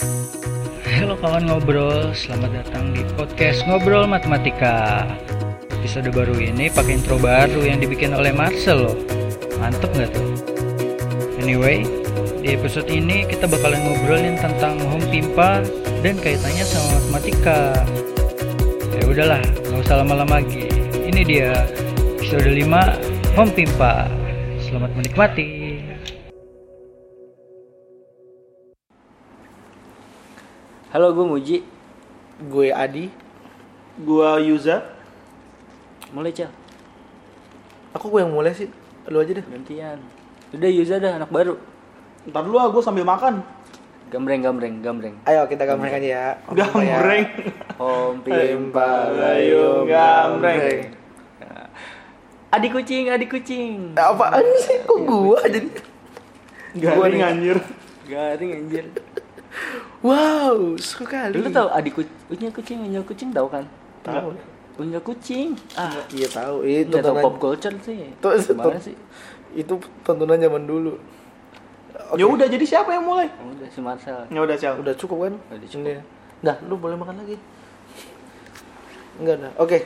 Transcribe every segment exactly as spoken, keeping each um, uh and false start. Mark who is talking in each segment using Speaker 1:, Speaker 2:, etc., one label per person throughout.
Speaker 1: Halo kawan ngobrol, selamat datang di podcast Ngobrol Matematika. Episode baru ini pakai intro baru yang dibikin oleh Marcel loh. Mantep gak tuh? Anyway, di episode ini kita bakalan ngobrolin tentang home pimpa dan kaitannya sama matematika. Ya udahlah, gak usah lama-lama lagi. Ini dia episode lima home pimpa. Selamat menikmati. Halo, gue Muji.
Speaker 2: Gue Adi.
Speaker 3: Gua Yuza.
Speaker 1: Mulai, Cel.
Speaker 2: Aku gue yang mulai sih. Lu aja deh.
Speaker 1: Gantian. Udah, Yuza dah, anak baru.
Speaker 3: Ntar dulu ah, gue sambil makan.
Speaker 1: Gambreng, gambreng, gambreng.
Speaker 2: Ayo kita gambreng aja ya.
Speaker 3: Gambreng.
Speaker 1: Home
Speaker 2: Pimpa
Speaker 3: layung gambreng.
Speaker 1: Adik kucing, adik kucing.
Speaker 2: Apaan sih? Kok gua jadi?
Speaker 3: Garing anjir.
Speaker 1: Garing anjir.
Speaker 2: Wow, seru kali.
Speaker 1: Lu tahu adik kucing, punya kucing, punya kucing tahu kan?
Speaker 2: Tahu.
Speaker 1: Punya kucing. Ah,
Speaker 2: Iya tahu. Itu
Speaker 1: nggak tahu
Speaker 2: tontonan
Speaker 1: pop culture sih.
Speaker 2: Tuh,
Speaker 1: Gimana
Speaker 2: tuh.
Speaker 1: sih?
Speaker 2: Itu tontonan zaman dulu. Oke.
Speaker 3: Ya udah, jadi siapa yang mulai?
Speaker 1: Oh, udah si Marcel.
Speaker 3: Ya udah, Cel.
Speaker 2: Udah cukup kan?
Speaker 1: Udah cukup.
Speaker 2: Ini. Dah, lu boleh makan lagi. Enggak dah. Oke.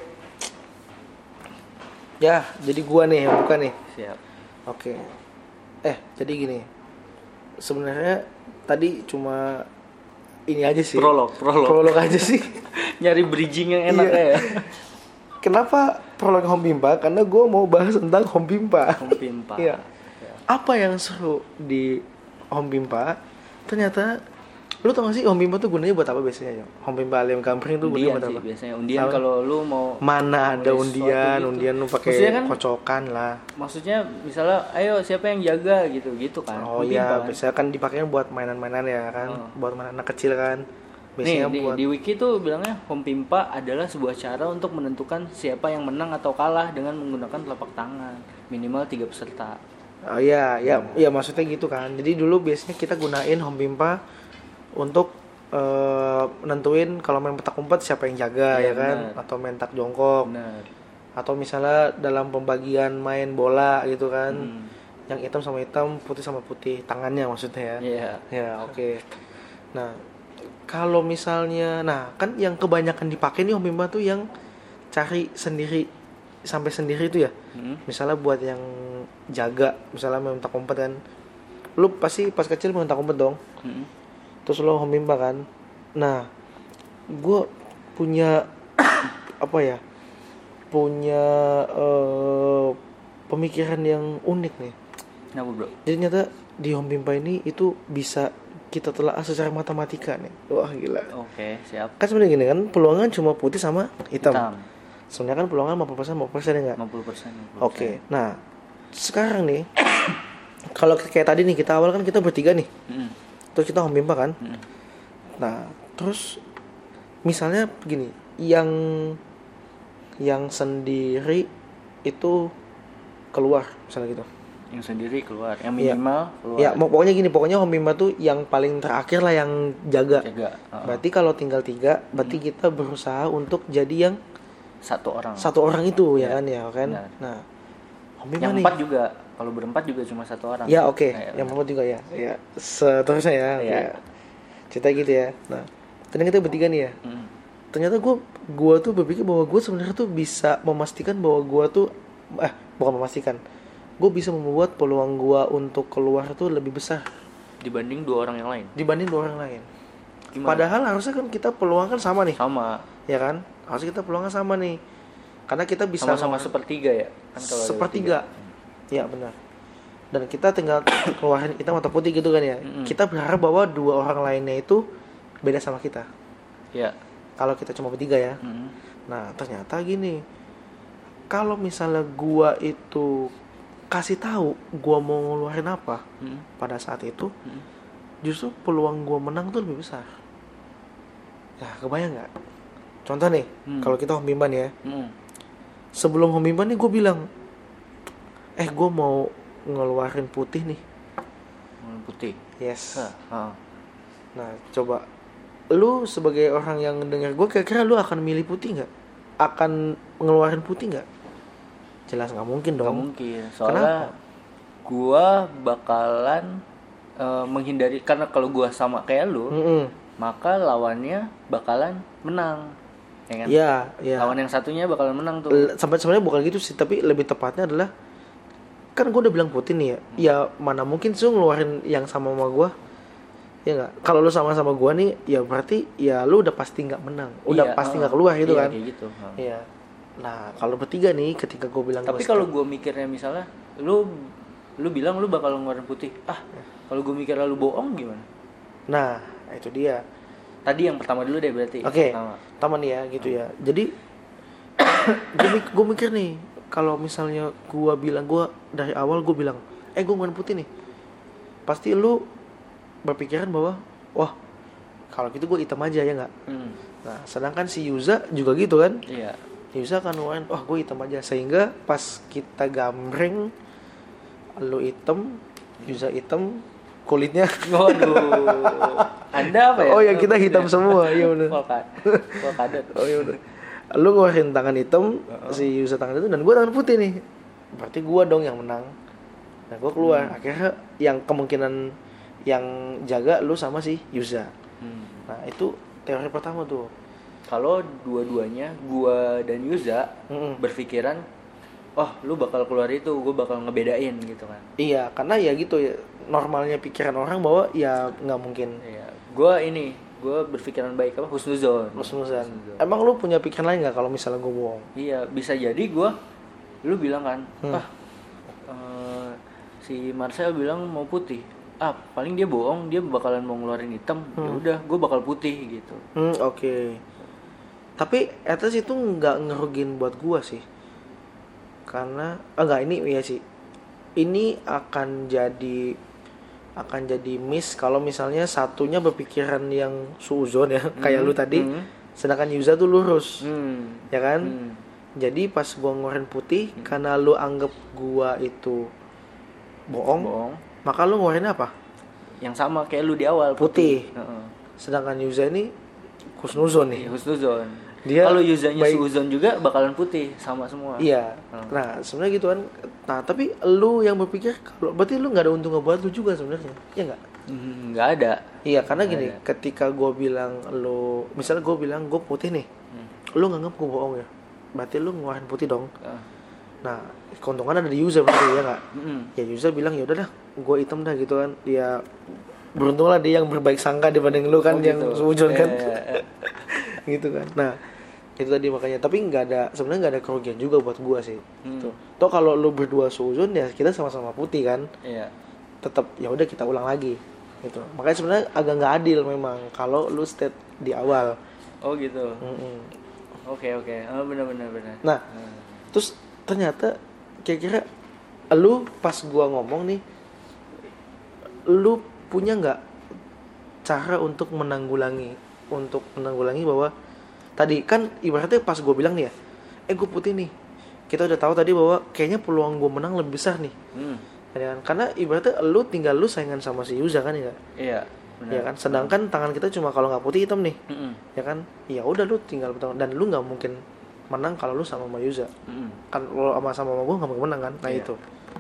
Speaker 2: Ya, jadi gua nih yang buka nih.
Speaker 1: Siap.
Speaker 2: Oke. Eh, jadi gini. Sebenarnya tadi cuma ini aja sih.
Speaker 1: Prolog, prolog.
Speaker 2: Prolog aja sih.
Speaker 1: Nyari bridging yang enak
Speaker 2: Iya.
Speaker 1: ya.
Speaker 2: Kenapa prolog home pimpa? Karena gue mau bahas tentang home pimpa.
Speaker 1: Home pimpa.
Speaker 2: Iya. Apa yang seru di home pimpa? Ternyata lu tau gak sih home pimpa tuh gunanya buat apa biasanya? Home pimpa alium gambreng tuh gunanya
Speaker 1: Undian
Speaker 2: buat
Speaker 1: sih
Speaker 2: apa?
Speaker 1: biasanya. Undian
Speaker 2: Apa?
Speaker 1: kalau lu mau
Speaker 2: Mana ada
Speaker 1: nulis
Speaker 2: undian,
Speaker 1: sesuatu gitu.
Speaker 2: undian lu
Speaker 1: Maksudnya
Speaker 2: pakai
Speaker 1: kan-
Speaker 2: kocokan lah.
Speaker 1: maksudnya misalnya ayo siapa yang jaga gitu gitu kan.
Speaker 2: Oh
Speaker 1: Home
Speaker 2: iya,
Speaker 1: pimpa kan.
Speaker 2: biasanya kan dipakainya buat mainan-mainan ya kan,
Speaker 1: Oh.
Speaker 2: buat mainan anak kecil kan.
Speaker 1: Nih,
Speaker 2: Biasanya
Speaker 1: di,
Speaker 2: buat
Speaker 1: di wiki tuh bilangnya home pimpa adalah sebuah cara untuk menentukan siapa yang menang atau kalah dengan menggunakan telapak tangan minimal tiga peserta.
Speaker 2: Oh iya, ya, ya maksudnya gitu kan. Jadi dulu biasanya kita gunain home pimpa untuk eh, nentuin kalau main petak umpet siapa yang jaga
Speaker 1: Iya,
Speaker 2: ya kan,
Speaker 1: benar.
Speaker 2: atau main tak jongkok,
Speaker 1: Benar.
Speaker 2: atau misalnya dalam pembagian main bola gitu kan,
Speaker 1: Hmm.
Speaker 2: yang hitam sama hitam, putih sama putih, tangannya maksudnya ya.
Speaker 1: Iya.
Speaker 2: Ya oke. Nah kalau misalnya, nah kan yang kebanyakan dipakai nih home pimpa tuh yang cari sendiri sampai sendiri itu ya.
Speaker 1: Hmm.
Speaker 2: Misalnya buat yang jaga, misalnya main tak umpet kan, lu pasti pas kecil main tak umpet dong,
Speaker 1: Hmm.
Speaker 2: terus lo home pimpa kan. Nah gue punya apa ya, punya eh, pemikiran yang unik nih.
Speaker 1: Kenapa, Bro?
Speaker 2: Jadi ternyata di home pimpa ini itu bisa kita telaah secara matematika nih. Wah gila.
Speaker 1: Oke, siap.
Speaker 2: Kan sebenarnya gini kan, peluangan cuma putih sama hitam.
Speaker 1: Hitam.
Speaker 2: Sebenarnya kan peluangan lima puluh persen lima puluh persen ya nggak?
Speaker 1: lima puluh persen.
Speaker 2: Oke. Nah sekarang nih, kalau kayak tadi nih, kita awal kan kita bertiga nih,
Speaker 1: Hmm.
Speaker 2: terus kita home pimpa kan.
Speaker 1: Hmm.
Speaker 2: Nah terus misalnya gini, yang yang sendiri itu keluar misalnya gitu.
Speaker 1: Yang sendiri keluar, yang
Speaker 2: Iya.
Speaker 1: minimal keluar.
Speaker 2: Ya mau pokoknya gini, pokoknya home pimpa tuh yang paling terakhir lah yang jaga.
Speaker 1: Jaga. Oh.
Speaker 2: Berarti kalau tinggal tiga, berarti kita berusaha untuk jadi yang
Speaker 1: Satu orang.
Speaker 2: satu orang itu ya
Speaker 1: Ya,
Speaker 2: kan ya kan.
Speaker 1: benar.
Speaker 2: Nah home pimpa
Speaker 1: Yang
Speaker 2: nih.
Speaker 1: empat juga. Kalau berempat juga cuma satu orang.
Speaker 2: Ya oke,
Speaker 1: Nah, ya,
Speaker 2: yang
Speaker 1: benar.
Speaker 2: empat juga ya. Ya seterusnya ya.
Speaker 1: Iya.
Speaker 2: Ya. Cerita gitu ya. Nah ternyata kita bertiga nih ya.
Speaker 1: Hmm.
Speaker 2: Ternyata gue gue tuh berpikir bahwa gue sebenarnya tuh bisa memastikan bahwa gue tuh eh bukan memastikan, gue bisa membuat peluang gue untuk keluar tuh lebih besar
Speaker 1: Dibanding dua orang yang lain.
Speaker 2: dibanding dua orang lain.
Speaker 1: Gimana?
Speaker 2: Padahal harusnya kan kita peluang kan sama nih,
Speaker 1: Sama.
Speaker 2: ya kan? Harusnya kita peluangnya sama nih, karena kita bisa
Speaker 1: Sama-sama
Speaker 2: ngeluarin-
Speaker 1: sepertiga ya. Kan kalau ada
Speaker 2: sepertiga,
Speaker 1: tiga.
Speaker 2: ya benar. Dan kita tinggal keluarin hitam atau putih gitu kan ya.
Speaker 1: Mm-mm.
Speaker 2: Kita berharap bahwa dua orang lainnya itu beda sama kita.
Speaker 1: Ya.
Speaker 2: Kalau kita cuma bertiga ya.
Speaker 1: Hmm.
Speaker 2: Nah ternyata gini, kalau misalnya gua itu kasih tahu gua mau ngeluarin apa
Speaker 1: Hmm.
Speaker 2: pada saat itu,
Speaker 1: Hmm.
Speaker 2: justru peluang gua menang tuh lebih besar. Nah kebayang nggak? Contoh nih,
Speaker 1: Hmm.
Speaker 2: kalau kita home pimpa nih ya,
Speaker 1: Hmm.
Speaker 2: sebelum home pimpa nih gua bilang, eh gua mau ngeluarin putih nih.
Speaker 1: Warna putih.
Speaker 2: Yes.
Speaker 1: Hah, hah.
Speaker 2: Nah coba, lu sebagai orang yang dengar gua, kira-kira lu akan milih putih nggak? Akan ngeluarin putih nggak? Jelas nggak mungkin
Speaker 1: Gak
Speaker 2: dong.
Speaker 1: mungkin. Soalnya
Speaker 2: Kenapa?
Speaker 1: gua bakalan eh, menghindari, karena kalau gua sama kayak lu,
Speaker 2: Mm-mm.
Speaker 1: maka lawannya bakalan menang. Ya kan?
Speaker 2: Iya, iya.
Speaker 1: Lawan yang satunya bakalan menang tuh.
Speaker 2: L- sampai sebenarnya bukan gitu sih, tapi lebih tepatnya adalah kan gue udah bilang putih nih ya.
Speaker 1: Hmm.
Speaker 2: Ya mana mungkin sih lu ngeluarin yang sama sama gue. Ya enggak? Kalau lu sama-sama gue nih, ya berarti ya lu udah pasti nggak menang. Udah
Speaker 1: Iya,
Speaker 2: pasti
Speaker 1: uh,
Speaker 2: nggak keluar gitu
Speaker 1: iya,
Speaker 2: kan.
Speaker 1: Kayak gitu. Uh.
Speaker 2: Iya. Nah, kalau bertiga nih ketika gue bilang
Speaker 1: Tapi
Speaker 2: gua
Speaker 1: kalau
Speaker 2: stop-
Speaker 1: gue mikirnya misalnya lu lu bilang lu bakal ngeluarin putih. Ah, kalau gue mikir lu bohong gimana?
Speaker 2: Nah, itu dia.
Speaker 1: Tadi yang pertama dulu deh berarti.
Speaker 2: Oke.
Speaker 1: Pertama.
Speaker 2: Taman nih ya gitu ya. Jadi gue mik- gue mikir nih, kalau misalnya gue bilang gue dari awal gue bilang, eh gue warna putih nih, pasti lu berpikiran bahwa wah kalau gitu gue hitam aja ya nggak.
Speaker 1: Hmm.
Speaker 2: Nah sedangkan si Yuza juga gitu kan,
Speaker 1: Iya.
Speaker 2: Yuza kan ngeluarin wah gue hitam aja, sehingga pas kita gambreng lu hitam, Yuza hitam, kulitnya
Speaker 1: Waduh. Anda apa ya?
Speaker 2: oh ya kita hitam semua. Iya benar.
Speaker 1: Polka. Polkadot.
Speaker 2: Oh iya udah. Lu ngeluarin tangan hitam, uh-huh. si Yuza tangan itu, dan gue tangan putih nih. Berarti gue dong yang menang. Nah gue keluar. Hmm. Akhirnya yang kemungkinan yang jaga lu sama si Yuza. Hmm. Nah itu teori pertama tuh.
Speaker 1: Kalau dua-duanya gua dan Yuza mm-mm. berpikiran, oh lu bakal keluar itu, gue bakal ngebedain gitu kan.
Speaker 2: Iya, karena ya gitu ya, normalnya pikiran orang bahwa ya nggak mungkin.
Speaker 1: Iya. Gue ini, gue berpikiran baik apa? Husnuzon.
Speaker 2: Husnuzon. Emang lu punya pikiran lain nggak kalau misalnya gue bohong?
Speaker 1: Iya, bisa jadi gue, lu bilang kan,
Speaker 2: hmm. ah
Speaker 1: uh, si Marcel bilang mau putih. Ah, paling dia bohong, dia bakalan mau ngeluarin hitam. Hmm. Ya udah, gue bakal putih gitu.
Speaker 2: Hmm, oke. Okay. Tapi at least itu nggak ngerugin buat gue sih. Karena ah, enggak ini ya sih. Ini akan jadi akan jadi miss kalau misalnya satunya berpikiran yang suuzon ya, hmm. kayak lu tadi. Hmm. Sedangkan Yuza tuh lurus. Hmm. Ya kan? Hmm. Jadi pas gua ngeluarin putih hmm. karena lu anggap gua itu bohong, bohong. Maka lu ngeluarin apa?
Speaker 1: Yang sama kayak lu di awal,
Speaker 2: putih.
Speaker 1: putih. Uh-uh.
Speaker 2: Sedangkan Yuza ini husnuzon nih.
Speaker 1: Iya, husnuzon.
Speaker 2: Dia
Speaker 1: kalau Yuzanya suuzon juga bakalan putih sama semua.
Speaker 2: Iya. Hmm. Nah, sebenarnya gitu kan. Nah, tapi lu yang berpikir kalau berarti lu enggak ada untungnya buat lu juga sebenarnya. Iya enggak?
Speaker 1: Enggak hmm, ada.
Speaker 2: Iya, karena gak gini,
Speaker 1: ada.
Speaker 2: Ketika gua bilang lu, misalnya gua bilang gua putih nih. Hmm. Lu nganggap gua bohong ya. Berarti lu ngeluarin putih dong. Uh. Nah, keuntungan ada di user berarti ya enggak? Hmm. Ya user bilang ya udah dah, gua hitam dah gitu kan. Dia beruntunglah dia yang berbaik sangka dibanding lu kan oh, yang gitu. Suuzon kan. Eh, eh. Gitu kan. Nah, itu tadi makanya, tapi nggak ada sebenarnya nggak ada kerugian juga buat gua sih. Hmm. Tuh, toh kalau lu berdua suuzon ya kita sama-sama putih kan. Iya. Tetap ya udah kita ulang lagi. Gitu. Makanya sebenarnya agak nggak adil memang kalau lu state di awal.
Speaker 1: Oh gitu. Mm-mm. Oke oke. Oh benar-benar benar.
Speaker 2: Nah, hmm. terus ternyata kira-kira lu pas gua ngomong nih, lu punya nggak cara untuk menanggulangi untuk menanggulangi bahwa tadi kan ibaratnya pas gue bilang nih ya, eh gue putih nih, kita udah tahu tadi bahwa kayaknya peluang gue menang lebih besar nih, hmm. ya kan? Karena ibaratnya lu tinggal lu saingan sama si Yuza kan ya,
Speaker 1: iya, benar.
Speaker 2: Ya kan, sedangkan hmm. tangan kita cuma kalau nggak putih hitam nih,
Speaker 1: hmm.
Speaker 2: ya kan, ya udah lu tinggal dan lu nggak mungkin menang kalau lu sama sama Yuza, hmm. kan kalau sama sama gue nggak mungkin menang kan, nah iya. Itu.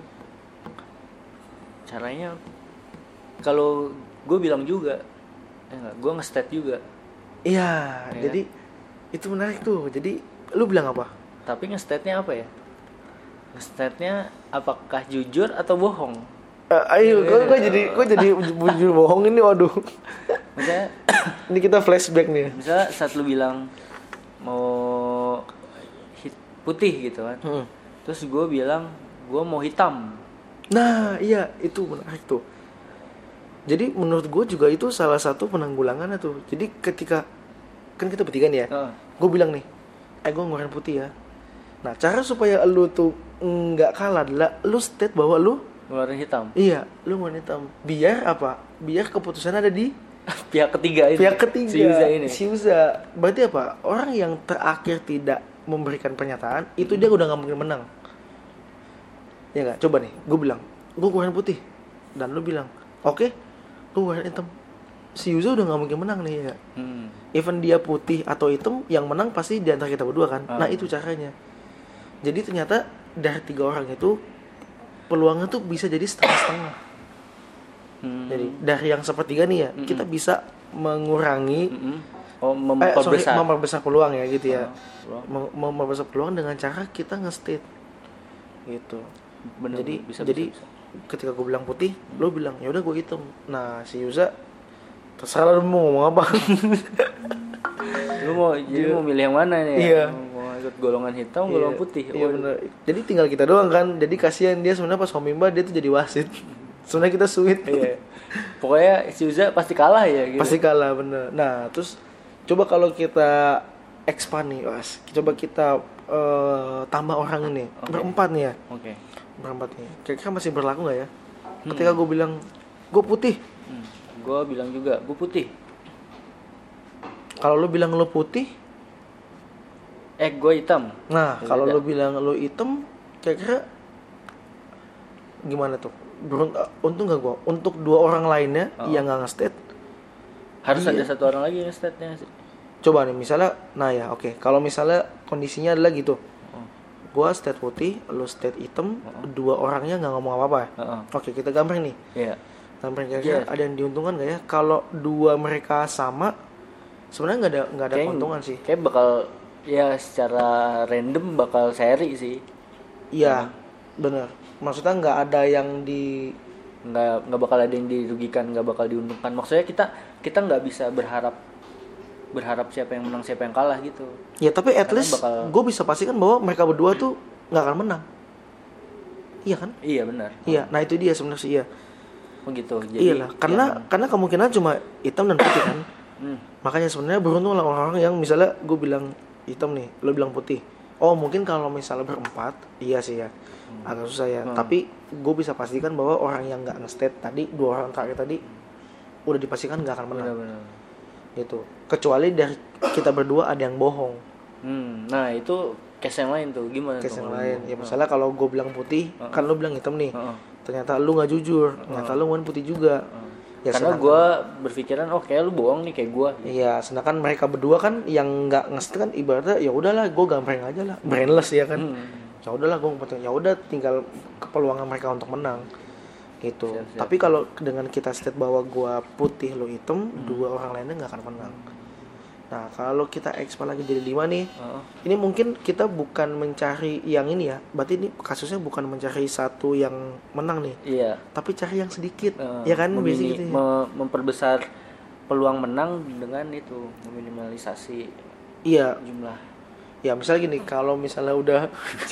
Speaker 1: Caranya, kalau gue bilang juga, ya nggak, gue nge-state juga.
Speaker 2: Iya, ya, jadi itu menarik tuh. Jadi lu bilang apa?
Speaker 1: Tapi nge-state-nya apa ya? Nge-state-nya apakah jujur atau bohong?
Speaker 2: Uh, ayo, gue gue jadi gue jadi jujur bohong ini, waduh.
Speaker 1: Misalnya,
Speaker 2: ini kita flashback nih.
Speaker 1: Misalnya saat lu bilang mau hit putih gitu kan, hmm. terus gue bilang gue mau hitam.
Speaker 2: Nah, iya itu menarik tuh. Jadi menurut gue juga itu salah satu penanggulangannya tuh. Jadi ketika kan kita bertiga nih ya, uh. gue bilang nih, eh gue ngeluarin putih ya. Nah cara supaya lu tuh nggak kalah adalah lu state bahwa lu
Speaker 1: ngeluarin hitam.
Speaker 2: Iya, lu ngeluarin hitam. Biar apa? Biar keputusan ada di
Speaker 1: pihak ketiga ini.
Speaker 2: Pihak ketiga.
Speaker 1: Si Yuza ini.
Speaker 2: Si Yuza. Berarti apa? Orang yang terakhir tidak memberikan pernyataan itu dia udah nggak mungkin menang. Ya nggak? Coba nih, gue bilang, gue ngeluarin putih, dan lu bilang, oke. Okay, lu warna hitam, si Yuza udah nggak mungkin menang nih ya. Hmm. Even dia putih atau hitam, yang menang pasti di antara kita berdua kan. Hmm. Nah itu caranya. Jadi ternyata dari tiga orang itu peluangnya tuh bisa jadi setengah-setengah. Hmm. Jadi dari yang sepertiga nih ya, hmm. kita bisa mengurangi
Speaker 3: Mm-mm. Oh,
Speaker 2: eh, sorry,
Speaker 3: memperbesar.
Speaker 2: memperbesar peluang ya gitu ya.
Speaker 3: Oh,
Speaker 2: Mem- memperbesar peluang dengan cara kita nge-state gitu.
Speaker 3: bener,
Speaker 2: jadi
Speaker 3: bisa,
Speaker 2: jadi
Speaker 3: bisa, bisa.
Speaker 2: ketika gue bilang putih, lo bilang ya udah gue hitam. Nah si Yuza terserah lo mau ngomong apa.
Speaker 3: Lu mau jadi mau milih yang mana nih?
Speaker 2: Iya.
Speaker 3: Mau ikut golongan hitam, golongan putih.
Speaker 2: Iya
Speaker 3: Oh,
Speaker 2: benar. Jadi tinggal kita doang kan. Jadi kasihan dia sebenarnya pas Homimba dia tuh jadi wasit. Sebenarnya kita sweet.
Speaker 3: Iya. Pokoknya si Uza pasti kalah ya gitu.
Speaker 2: Pasti kalah bener. Nah terus coba kalau kita expand nih, was. Coba kita uh, tambah orang ini
Speaker 3: Okay.
Speaker 2: berempat nih ya.
Speaker 3: Oke. Okay.
Speaker 2: Berempat nih. Kira-kira masih berlaku nggak ya? Ketika gue bilang gue putih,
Speaker 3: Hmm. Gua bilang juga, gua putih.
Speaker 2: kalau lo bilang lo putih,
Speaker 3: Eh, gua hitam.
Speaker 2: nah
Speaker 3: Beda.
Speaker 2: kalau lo bilang lo hitam, kira-kira gimana tuh? Berunt- untung gak gue? Untuk dua orang lainnya
Speaker 3: Oh.
Speaker 2: yang nggak nge-state,
Speaker 3: Harus
Speaker 2: Iya.
Speaker 3: ada satu orang lagi yang state-nya sih.
Speaker 2: coba nih misalnya, nah ya oke, kalau misalnya kondisinya adalah gitu,
Speaker 3: Oh.
Speaker 2: gua state putih, lo state hitam,
Speaker 3: Oh.
Speaker 2: dua orangnya nggak ngomong apa-apa.
Speaker 3: Heeh.
Speaker 2: Oke kita gambar nih,
Speaker 3: Iya.
Speaker 2: gambar kira-kira
Speaker 3: Yes.
Speaker 2: ada yang diuntungkan nggak ya? Kalau dua mereka sama, sebenarnya nggak ada nggak ada
Speaker 3: Kayak-
Speaker 2: keuntungan sih.
Speaker 3: Kayak bakal ya secara random bakal seri sih.
Speaker 2: Iya, bener. Maksudnya nggak ada yang di,
Speaker 3: Nggak nggak bakal ada yang dirugikan, nggak bakal diuntungkan. Maksudnya kita kita nggak bisa berharap berharap siapa yang menang siapa yang kalah gitu.
Speaker 2: ya tapi at
Speaker 3: Karena
Speaker 2: least
Speaker 3: bakal-
Speaker 2: gue bisa pastikan bahwa mereka berdua tuh nggak akan menang. Iya kan?
Speaker 3: Iya benar.
Speaker 2: Iya. Nah itu dia sebenarnya sih, iya.
Speaker 3: Oh gitu. Jadi
Speaker 2: Iya lah, karena
Speaker 3: yang-
Speaker 2: karena kemungkinan cuma hitam dan putih kan.
Speaker 3: Hmm.
Speaker 2: Makanya sebenarnya beruntung lah orang-orang yang misalnya gue bilang hitam nih, lo bilang putih. Oh mungkin kalau misalnya berempat, iya sih ya, agak susah ya.
Speaker 3: Hmm.
Speaker 2: Tapi gue bisa pastikan bahwa orang yang nggak nge-state tadi, dua orang terakhir tadi, udah dipastikan nggak akan menang.
Speaker 3: Benar-benar.
Speaker 2: Gitu. Kecuali dari kita berdua ada yang bohong,
Speaker 3: Hmm. Nah itu case yang lain tuh gimana?
Speaker 2: case
Speaker 3: tuh
Speaker 2: yang
Speaker 3: kalau
Speaker 2: lain.
Speaker 3: lu?
Speaker 2: Ya misalnya kalau gue bilang putih,
Speaker 3: Hmm.
Speaker 2: kan lo bilang hitam nih.
Speaker 3: Heeh.
Speaker 2: Ternyata lu nggak jujur, ternyata lu ngomongin putih juga. Ya,
Speaker 3: Karena
Speaker 2: sedangkan-
Speaker 3: gue berpikiran oh kayak lu bohong nih kayak gue.
Speaker 2: Iya, sedangkan mereka berdua kan yang nggak nge kan ibaratnya ya udahlah, gue gambreng aja lah, brainless ya kan.
Speaker 3: Hmm.
Speaker 2: Ya udahlah, gue penting ya udah tinggal kepeluangan mereka untuk menang gitu.
Speaker 3: Siap, siap.
Speaker 2: Tapi kalau dengan kita state bahwa gue putih lo hitam,
Speaker 3: Hmm.
Speaker 2: dua orang lainnya nggak akan menang. Nah kalau kita expand lagi jadi lima nih,
Speaker 3: Heeh.
Speaker 2: ini mungkin kita bukan mencari yang ini ya, berarti ini kasusnya bukan mencari satu yang menang nih,
Speaker 3: Iya.
Speaker 2: tapi cari yang sedikit,
Speaker 3: Eh,
Speaker 2: ya kan
Speaker 3: memini-
Speaker 2: biasanya gitu ya.
Speaker 3: me- memperbesar peluang menang dengan itu meminimalisasi
Speaker 2: Iya,
Speaker 3: jumlah.
Speaker 2: ya misalnya gini, kalau misalnya udah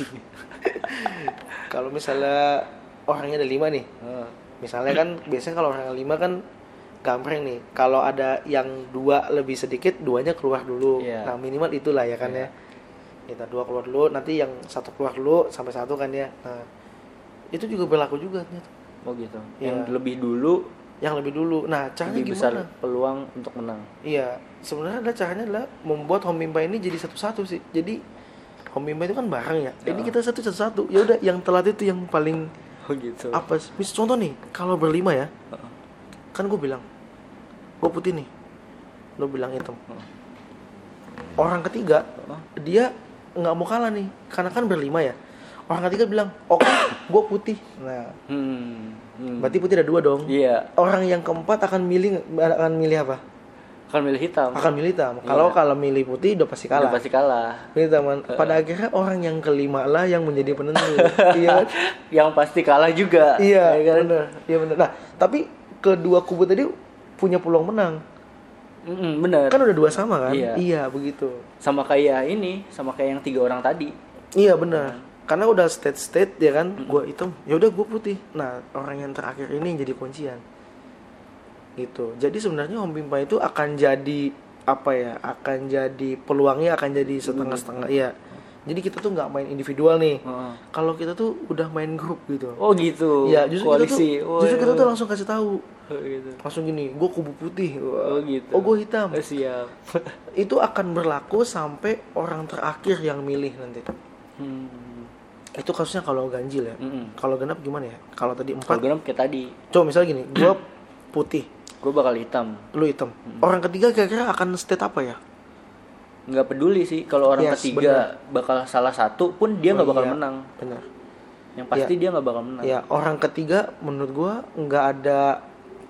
Speaker 2: kalau misalnya orangnya ada lima nih,
Speaker 3: Heeh.
Speaker 2: misalnya kan biasanya kalau orangnya lima kan gambreng nih, kalau ada yang dua lebih sedikit, duanya keluar dulu.
Speaker 3: Iya.
Speaker 2: Nah minimal itulah ya kan
Speaker 3: Iya.
Speaker 2: ya, kita dua keluar dulu, nanti yang satu keluar dulu sampai satu kan ya. Nah itu juga berlaku juga ternyata,
Speaker 3: Oh gitu.
Speaker 2: Iya.
Speaker 3: Yang lebih dulu
Speaker 2: yang lebih dulu. Nah caranya
Speaker 3: lebih besar
Speaker 2: gimana?
Speaker 3: peluang untuk menang.
Speaker 2: Iya, sebenarnya ada caranya adalah membuat homimba ini jadi satu-satu sih. Jadi homimba itu kan bareng ya. Ini
Speaker 3: Ya.
Speaker 2: kita satu satu. Ya udah, yang telat itu yang paling
Speaker 3: Oh gitu.
Speaker 2: apa? sih? Mis contoh nih, kalau berlima ya,
Speaker 3: Heeh.
Speaker 2: kan gue bilang, gue putih nih, lo bilang hitam.
Speaker 3: Heeh.
Speaker 2: Orang ketiga
Speaker 3: Heeh.
Speaker 2: dia nggak mau kalah nih, karena kan berlima ya. Orang ketiga bilang, oke, gue putih. Nah,
Speaker 3: Hmm. Hmm.
Speaker 2: berarti putih ada dua dong.
Speaker 3: Iya,
Speaker 2: Orang yang keempat akan milih akan milih apa?
Speaker 3: akan milih hitam.
Speaker 2: Akan milih hitam.
Speaker 3: Iya.
Speaker 2: Kalau kalau milih putih udah pasti kalah.
Speaker 3: Udah pasti kalah.
Speaker 2: Ini teman, pada akhirnya orang yang kelima lah yang menjadi penentu. Iya kan?
Speaker 3: Yang pasti kalah juga.
Speaker 2: Iya,
Speaker 3: ya kan?
Speaker 2: benar. Iya benar. Nah, tapi kedua kubu tadi punya peluang menang.
Speaker 3: Mm-mm, bener.
Speaker 2: Kan udah dua sama kan?
Speaker 3: Iya.
Speaker 2: begitu.
Speaker 3: Sama kayak ini, sama kayak yang tiga orang tadi.
Speaker 2: Iya benar. Karena udah state-state ya kan, gua hitam, ya udah gua putih. Nah, orang yang terakhir ini yang jadi kuncian. Gitu. Jadi sebenarnya Homimpa itu akan jadi apa ya? Akan jadi peluangnya akan jadi setengah-setengah. Iya. Jadi kita tuh nggak main individual nih.
Speaker 3: Heeh.
Speaker 2: Kalau kita tuh udah main grup gitu.
Speaker 3: Oh gitu.
Speaker 2: Iya, justru
Speaker 3: koalisi.
Speaker 2: kita tuh,
Speaker 3: Oh,
Speaker 2: justru
Speaker 3: iya.
Speaker 2: kita tuh langsung kasih tahu,
Speaker 3: Oh, gitu.
Speaker 2: langsung gini, gue kubu putih,
Speaker 3: Oh gitu.
Speaker 2: oh gue hitam.
Speaker 3: Oh, siap.
Speaker 2: Itu akan berlaku sampai orang terakhir yang milih nanti.
Speaker 3: Hmm.
Speaker 2: Itu kasusnya kalau ganjil ya.
Speaker 3: Mm-mm.
Speaker 2: Kalau genap gimana ya? Kalau tadi
Speaker 3: Kalau
Speaker 2: empat,
Speaker 3: genap kayak tadi,
Speaker 2: coba misalnya gini, gue putih,
Speaker 3: gue bakal hitam.
Speaker 2: lu hitam. Orang ketiga kira-kira akan state apa ya?
Speaker 3: Nggak peduli sih kalau orang
Speaker 2: Yes,
Speaker 3: ketiga bakal salah satu pun dia nggak
Speaker 2: Oh,
Speaker 3: bakal
Speaker 2: iya.
Speaker 3: menang.
Speaker 2: Benar.
Speaker 3: Yang pasti dia nggak bakal menang.
Speaker 2: Ya orang ketiga menurut gue nggak ada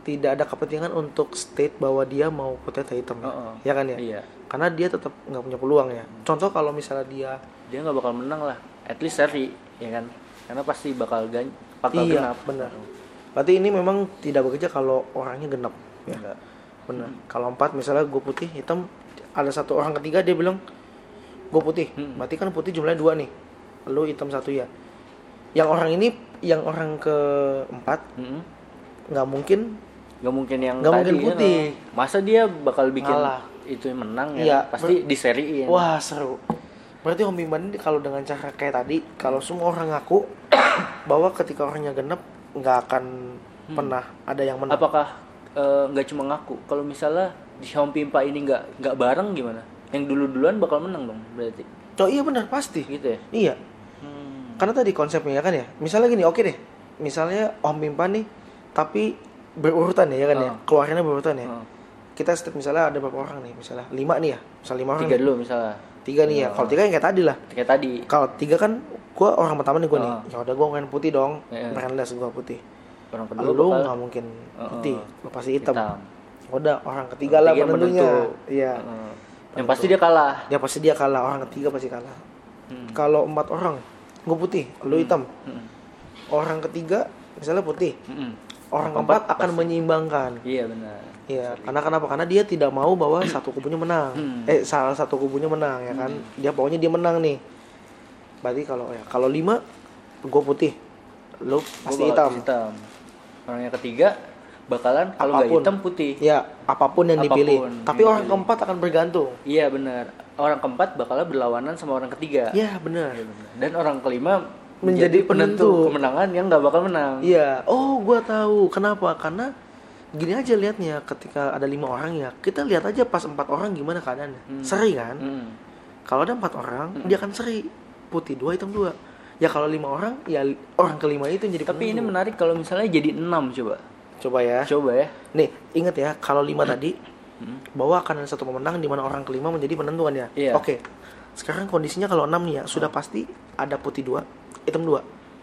Speaker 2: tidak ada kepentingan untuk state bahwa dia mau putih atau hitam.
Speaker 3: Uh-uh.
Speaker 2: Ya kan ya?
Speaker 3: Iya.
Speaker 2: Karena dia tetap nggak punya peluang ya. Contoh kalau misalnya dia
Speaker 3: dia nggak bakal menang lah, at least seri, ya kan? Karena pasti bakal gan bakal
Speaker 2: iya,
Speaker 3: genap.
Speaker 2: Benar. Berarti ini memang tidak bekerja kalau orangnya genap. Ya.
Speaker 3: Enggak.
Speaker 2: Benar. Hmm. Kalau empat misalnya gue putih, hitam, ada satu orang ketiga dia bilang gue putih. Hmm. Berarti kan putih jumlahnya dua nih. Lu hitam satu ya. Yang orang ini, yang orang keempat nggak hmm. mungkin.
Speaker 3: Nggak mungkin yang
Speaker 2: nggak
Speaker 3: tadi
Speaker 2: mungkin putih.
Speaker 3: Ya, masa dia bakal bikin
Speaker 2: Alah.
Speaker 3: itu yang menang ya?
Speaker 2: Iya.
Speaker 3: Pasti diseriin.
Speaker 2: Wah seru. Berarti Om Bimban ini kalau dengan cara kayak tadi, kalau semua orang ngaku bahwa ketika orangnya genep nggak akan hmm. pernah ada yang menang.
Speaker 3: Apakah nggak uh, cuma ngaku? Kalau misalnya di Om Pimpa ini nggak nggak bareng gimana? Yang dulu duluan bakal menang dong berarti?
Speaker 2: Oh iya benar pasti.
Speaker 3: Gitu ya?
Speaker 2: Iya.
Speaker 3: Hmm.
Speaker 2: Karena tadi konsepnya ya kan ya. Misalnya gini, oke deh. Misalnya Om Bimban nih, tapi berurutan ya kan uh. ya. Keluarannya berurutan ya. Uh. Kita step misalnya ada berapa orang nih? Misalnya lima nih ya. Misal lima orang.
Speaker 3: Tiga
Speaker 2: nih.
Speaker 3: dulu misalnya.
Speaker 2: Tiga nih ya. Kalau tiga yang kayak tadi lah.
Speaker 3: Kayak tadi.
Speaker 2: Kalau tiga kan gue orang pertama nih gue
Speaker 3: uh.
Speaker 2: nih. Ya udah gue main putih dong.
Speaker 3: Yeah.
Speaker 2: Brainless gue putih.
Speaker 3: Orang kedua
Speaker 2: lu
Speaker 3: bakal...
Speaker 2: nggak mungkin putih,
Speaker 3: uh,
Speaker 2: lu pasti hitam.
Speaker 3: hitam.
Speaker 2: Udah orang ketiga lah penentunya. Iya.
Speaker 3: Uh, yang pasti dia kalah.
Speaker 2: Dia pasti dia kalah. Orang ketiga pasti kalah. Hmm. Kalau empat orang, gue putih, lu hitam. Hmm. Orang ketiga misalnya putih. Hmm. Orang keempat akan pasti menyeimbangkan.
Speaker 3: Iya benar.
Speaker 2: Iya. Karena kenapa? Karena dia tidak mau bahwa satu kubunya menang. Hmm. Eh salah satu kubunya menang ya kan. Hmm. Dia pokoknya dia menang nih. Berarti kalau ya kalau lima, gue putih, lu pasti hitam.
Speaker 3: hitam. Orang yang ketiga bakalan kalau nggak hitam putih.
Speaker 2: Ya, apapun yang
Speaker 3: apapun
Speaker 2: dipilih.
Speaker 3: yang
Speaker 2: Tapi
Speaker 3: dipilih.
Speaker 2: Orang keempat akan bergantung.
Speaker 3: Iya benar. Orang keempat bakalan berlawanan sama orang ketiga.
Speaker 2: Iya benar.
Speaker 3: Dan orang kelima
Speaker 2: menjadi, menjadi penentu,
Speaker 3: penentu kemenangan yang nggak bakal menang.
Speaker 2: Iya. Oh, gua tahu. Kenapa? Karena gini aja liatnya, ketika ada lima orang ya, kita lihat aja pas empat orang gimana keadaannya. Hmm. Seri kan? Hmm. Kalau ada empat orang, hmm. dia akan seri. Putih dua, hitam dua. Ya kalau lima orang, ya orang kelima itu yang jadi
Speaker 3: Tapi
Speaker 2: penentu.
Speaker 3: Ini menarik kalau misalnya jadi enam coba.
Speaker 2: Coba ya.
Speaker 3: Coba ya.
Speaker 2: Nih, ingat ya, kalau lima tadi hmm. bahwa akan ada satu pemenang di mana orang kelima menjadi penentuan ya.
Speaker 3: Iya.
Speaker 2: Oke. Sekarang kondisinya kalau enam nih ya, sudah pasti ada putih dua, hitam dua.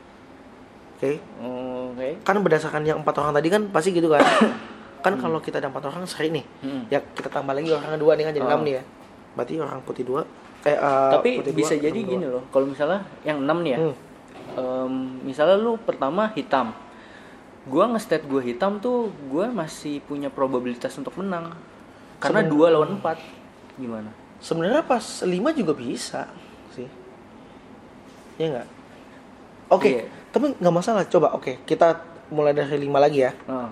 Speaker 2: Oke.
Speaker 3: Oke. Okay.
Speaker 2: Kan berdasarkan yang empat orang tadi kan pasti gitu kan. Kan hmm. kalau kita ada empat orang seri nih. Hmm. Ya kita tambah lagi orang kedua nih kan jadi enam oh. nih ya. Berarti orang putih dua. Eh, uh,
Speaker 3: tapi bisa dua, jadi gini loh, kalau misalnya yang enam nih ya, hmm. um, misalnya lu pertama hitam, gua nge-state gua hitam tuh, gua masih punya probabilitas untuk menang, karena Seben- dua lawan empat, gimana?
Speaker 2: Sebenarnya pas lima juga bisa sih, ya nggak? Oke, okay. yeah. Tapi nggak masalah, coba oke okay. Kita mulai dari lima lagi ya. Uh.